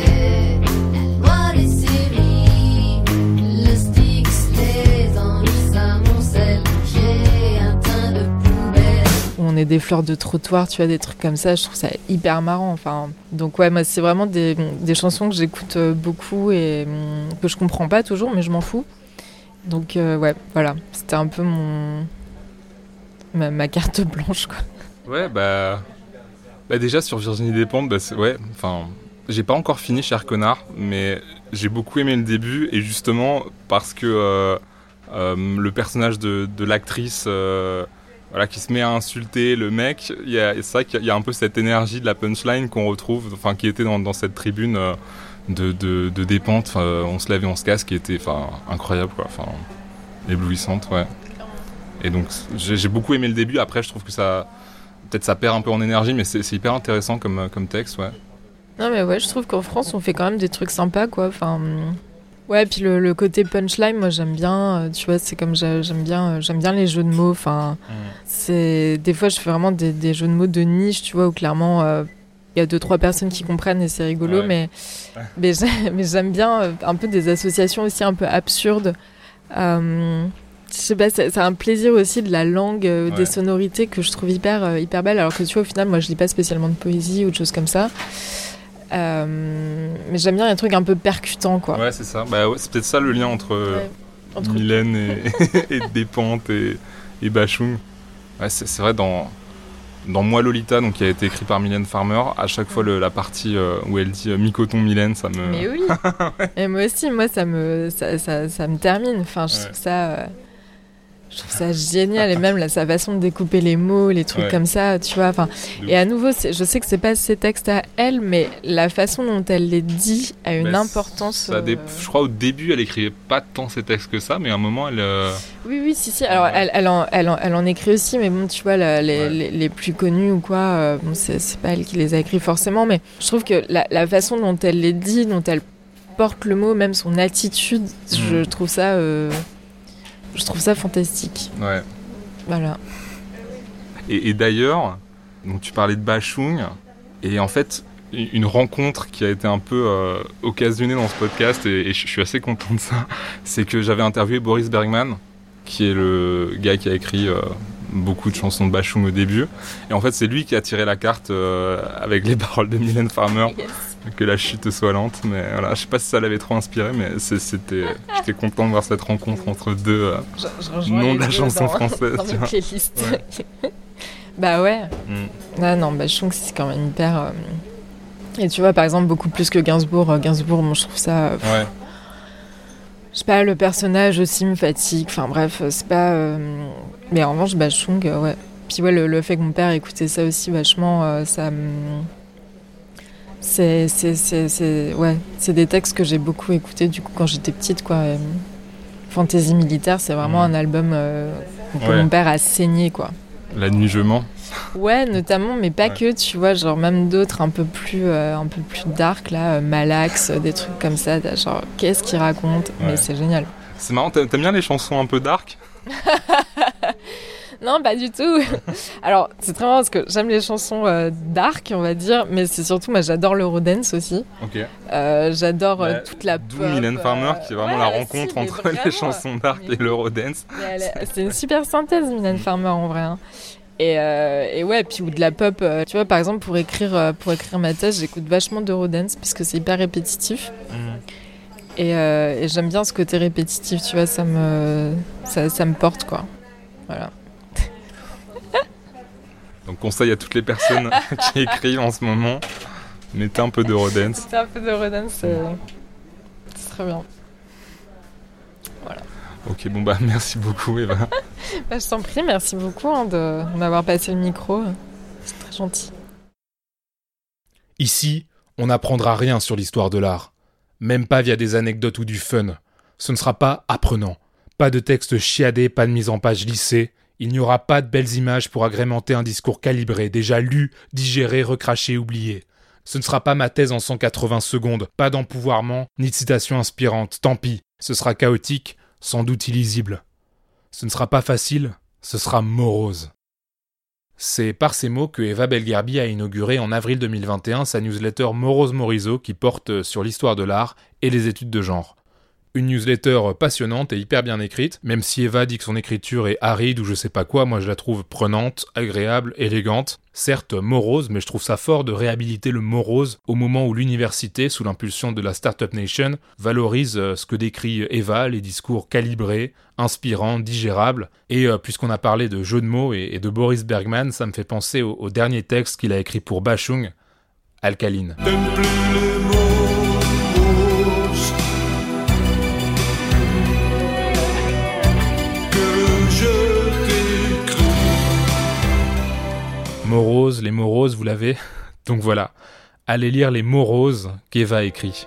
On est des fleurs de trottoir, tu vois, des trucs comme ça, je trouve ça hyper marrant. Enfin, donc ouais, moi, c'est vraiment des, des chansons que j'écoute beaucoup et que je comprends pas toujours, mais je m'en fous. Donc euh, ouais, voilà, c'était un peu mon ma, ma carte blanche quoi. Ouais, bah bah déjà sur Virginie Despentes, bah c'est... ouais, enfin, j'ai pas encore fini Cher Connard, mais j'ai beaucoup aimé le début et justement parce que euh, euh, le personnage de, de l'actrice euh, voilà, qui se met à insulter le mec, il y a c'est vrai qu'il y a un peu cette énergie de la punchline qu'on retrouve, enfin qui était dans, dans cette tribune. Euh, de, de, de Despentes, on se lève et on se casse, qui était incroyable, quoi, éblouissante, ouais. Et donc j'ai, j'ai beaucoup aimé le début, après je trouve que ça, peut-être ça perd un peu en énergie, mais c'est, c'est hyper intéressant comme, comme texte, ouais. Non mais ouais, je trouve qu'en France on fait quand même des trucs sympas, quoi, enfin... Ouais, puis le, le côté punchline, moi j'aime bien, tu vois, c'est comme j'aime bien, j'aime bien les jeux de mots, enfin... Mmh. C'est... Des fois je fais vraiment des, des jeux de mots de niche, tu vois, où clairement... Euh, il y a deux, trois personnes qui comprennent et c'est rigolo, ouais. mais, mais, j'aime, mais j'aime bien un peu des associations aussi un peu absurdes. Euh, je sais pas, c'est, c'est un plaisir aussi de la langue, euh, ouais. des sonorités que je trouve hyper, euh, hyper belles. Alors que tu vois, au final, moi je lis pas spécialement de poésie ou de choses comme ça. Euh, mais j'aime bien les trucs un peu percutants, quoi. Ouais, c'est ça. Bah, ouais, c'est peut-être ça le lien entre, ouais. entre... Mylène et, et Despentes et, et Bashung. Ouais, c'est, c'est vrai, dans... Dans Moi Lolita, donc qui a été écrit par Mylène Farmer, à chaque fois le, la partie euh, où elle dit euh, mi-coton Mylène, ça me. Mais oui. ouais. Et moi aussi, moi ça me ça, ça, ça me termine. Enfin, je ouais. trouve ça euh, je trouve ça génial et même là, sa façon de découper les mots, les trucs ouais. comme ça, tu vois. Enfin, et à nouveau, c'est, je sais que c'est pas ses textes à elle, mais la façon dont elle les dit a une mais importance. Ça dé- euh... Je crois au début, elle écrivait pas tant ses textes que ça, mais à un moment, elle. Euh... Oui, oui, si, si. Alors, ouais. elle, elle, en, elle, en, elle en écrit aussi, mais bon, tu vois, la, les, ouais. les, les plus connus ou quoi, euh, bon, c'est, c'est pas elle qui les a écrits forcément, mais je trouve que la, la façon dont elle les dit, dont elle porte le mot, même son attitude, mmh. je trouve ça, euh, je trouve ça fantastique. Ouais. Voilà. Et, et d'ailleurs, donc tu parlais de Bashung, et en fait, une rencontre qui a été un peu euh, occasionnée dans ce podcast, et, et je suis assez content de ça, c'est que j'avais interviewé Boris Bergman, qui est le gars qui a écrit euh, beaucoup de chansons de Bashung au début. Et en fait, c'est lui qui a tiré la carte euh, avec les paroles de Mylène Farmer, yes. que la chute soit lente. Mais voilà, je sais pas si ça l'avait trop inspiré, mais c'est, c'était, j'étais content de voir cette rencontre entre deux euh, je, je noms de la chanson dans, française. Dans mes playlists. Ouais. Bah ouais. Mm. Ah non, Bashung, c'est quand même hyper... Euh... Et tu vois, par exemple, beaucoup plus que Gainsbourg. Gainsbourg, moi, je trouve ça... Euh, ouais. Je sais pas, le personnage aussi me fatigue. Enfin bref, c'est pas... Euh... Mais en revanche, Bashung, euh, ouais. Puis ouais, le, le fait que mon père écoutait ça aussi vachement, euh, ça me... C'est, c'est, c'est, c'est... Ouais, c'est des textes que j'ai beaucoup écoutés, du coup, quand j'étais petite, quoi. Et... Fantaisie militaire, c'est vraiment mmh. un album euh, que ouais. mon père a saigné, quoi. La nuit je mens. Ouais, notamment, mais pas ouais. que, tu vois, genre même d'autres un peu plus, euh, un peu plus dark, là, euh, Malax, euh, des trucs comme ça, genre, qu'est-ce qu'il raconte ouais. Mais c'est génial. C'est marrant, t'aimes bien les chansons un peu dark? Non, pas du tout. Alors, c'est très marrant parce que j'aime les chansons euh, dark, on va dire, mais c'est surtout, moi, j'adore l'Eurodance aussi. Ok. Euh, j'adore bah, euh, toute la d'où pop. Mylène Farmer, qui est vraiment ouais, la rencontre si, entre les chansons dark mais... et l'Eurodance. Elle, c'est une super synthèse, Mylène Farmer, en vrai. Hein. Et, euh, et ouais, puis ou de la pop. Euh, tu vois, par exemple, pour écrire, euh, pour écrire ma thèse, j'écoute vachement d'Eurodance parce que c'est hyper répétitif. Mmh. Et, euh, et j'aime bien ce côté répétitif, tu vois, ça me, ça, ça me porte, quoi. Voilà. Donc conseil à toutes les personnes qui écrivent en ce moment, mettez un peu d'Eurodance. Mettez un peu d'Eurodance, c'est, c'est très bien. Voilà. Ok, bon bah merci beaucoup Eva. Bah, je t'en prie, merci beaucoup hein, de m'avoir passé le micro. C'est très gentil. Ici, on n'apprendra rien sur l'histoire de l'art. Même pas via des anecdotes ou du fun. Ce ne sera pas apprenant. Pas de texte chiadé, pas de mise en page lissée. Il n'y aura pas de belles images pour agrémenter un discours calibré, déjà lu, digéré, recraché, oublié. Ce ne sera pas ma thèse en cent quatre-vingts secondes. Pas d'empouvoirment, ni de citation inspirante. Tant pis, ce sera chaotique, sans doute illisible. Ce ne sera pas facile, ce sera morose. C'est par ces mots que Eva Belgerbi a inauguré en avril deux mille vingt et un sa newsletter Morose Morizo qui porte sur l'histoire de l'art et les études de genre. Une newsletter passionnante et hyper bien écrite, même si Eva dit que son écriture est aride ou je sais pas quoi, moi je la trouve prenante, agréable, élégante. Certes morose, mais je trouve ça fort de réhabiliter le morose au moment où l'université, sous l'impulsion de la Startup Nation, valorise ce que décrit Eva, les discours calibrés, inspirants, digérables. Et euh, puisqu'on a parlé de jeux de mots et, et de Boris Bergman, ça me fait penser au, au dernier texte qu'il a écrit pour Bashung, Alcaline. Morose, les moroses, vous l'avez. Donc voilà, allez lire les moroses qu'Eva a écrit.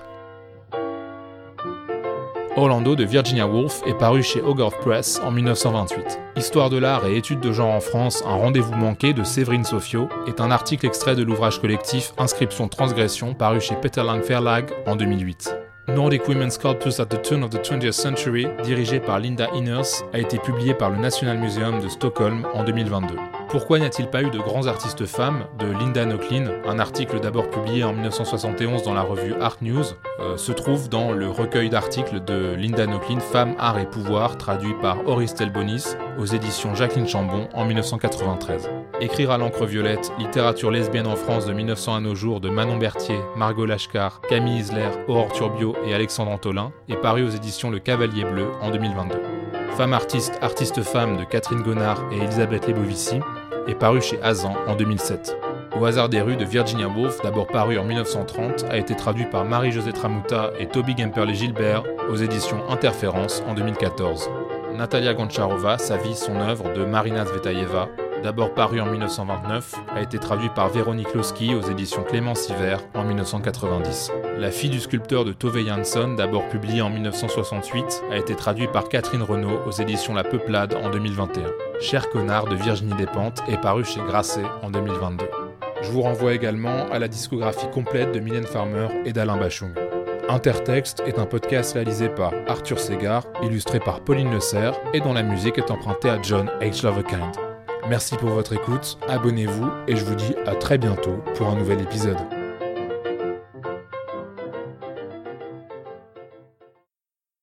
Orlando de Virginia Woolf est paru chez Hogarth Press en dix-neuf cent vingt-huit. Histoire de l'art et études de genre en France, un rendez-vous manqué de Séverine Sofio est un article extrait de l'ouvrage collectif Inscription Transgression paru chez Peterlang Verlag en deux mille huit. Nordic Women Sculptors at the Turn of the twentieth Century, dirigé par Linda Inners, a été publié par le National Museum de Stockholm en deux mille vingt-deux. Pourquoi n'y a-t-il pas eu de grands artistes femmes de Linda Nochlin, un article d'abord publié en dix-neuf cent soixante et onze dans la revue Art News, euh, se trouve dans le recueil d'articles de Linda Nochlin, Femmes, Art et Pouvoir, traduit par Auristel Bonis, aux éditions Jacqueline Chambon en dix-neuf cent quatre-vingt-treize. Écrire à l'encre violette, littérature lesbienne en France de mille neuf cents à nos jours de Manon Berthier, Margot Lashkar, Camille Isler, Aurore Turbio et Alexandre Antolin, est paru aux éditions Le Cavalier Bleu en deux mille vingt-deux. Femme artiste, artiste femme de Catherine Gonard et Elisabeth Lebovici, est paru chez Azan en deux mille sept. Au hasard des rues de Virginia Woolf, d'abord paru en dix-neuf cent trente, a été traduit par Marie-Josée Tramuta et Toby Gemperle-Gilbert aux éditions Interférence en deux mille quatorze. Natalia Goncharova, sa vie, son œuvre de Marina Zvetaeva, d'abord paru en dix-neuf cent vingt-neuf, a été traduit par Véronique Losky aux éditions Clémence Hiver en dix-neuf cent quatre-vingt-dix. La fille du sculpteur de Tove Jansson, d'abord publiée en dix-neuf cent soixante-huit, a été traduite par Catherine Renaud aux éditions La Peuplade en deux mille vingt et un. Cher connard de Virginie Despentes est paru chez Grasset en deux mille vingt-deux. Je vous renvoie également à la discographie complète de Mylène Farmer et d'Alain Bashung. Intertexte est un podcast réalisé par Arthur Ségard, illustré par Pauline Le Serre et dont la musique est empruntée à John H. Loverkind. Merci pour votre écoute, abonnez-vous et je vous dis à très bientôt pour un nouvel épisode.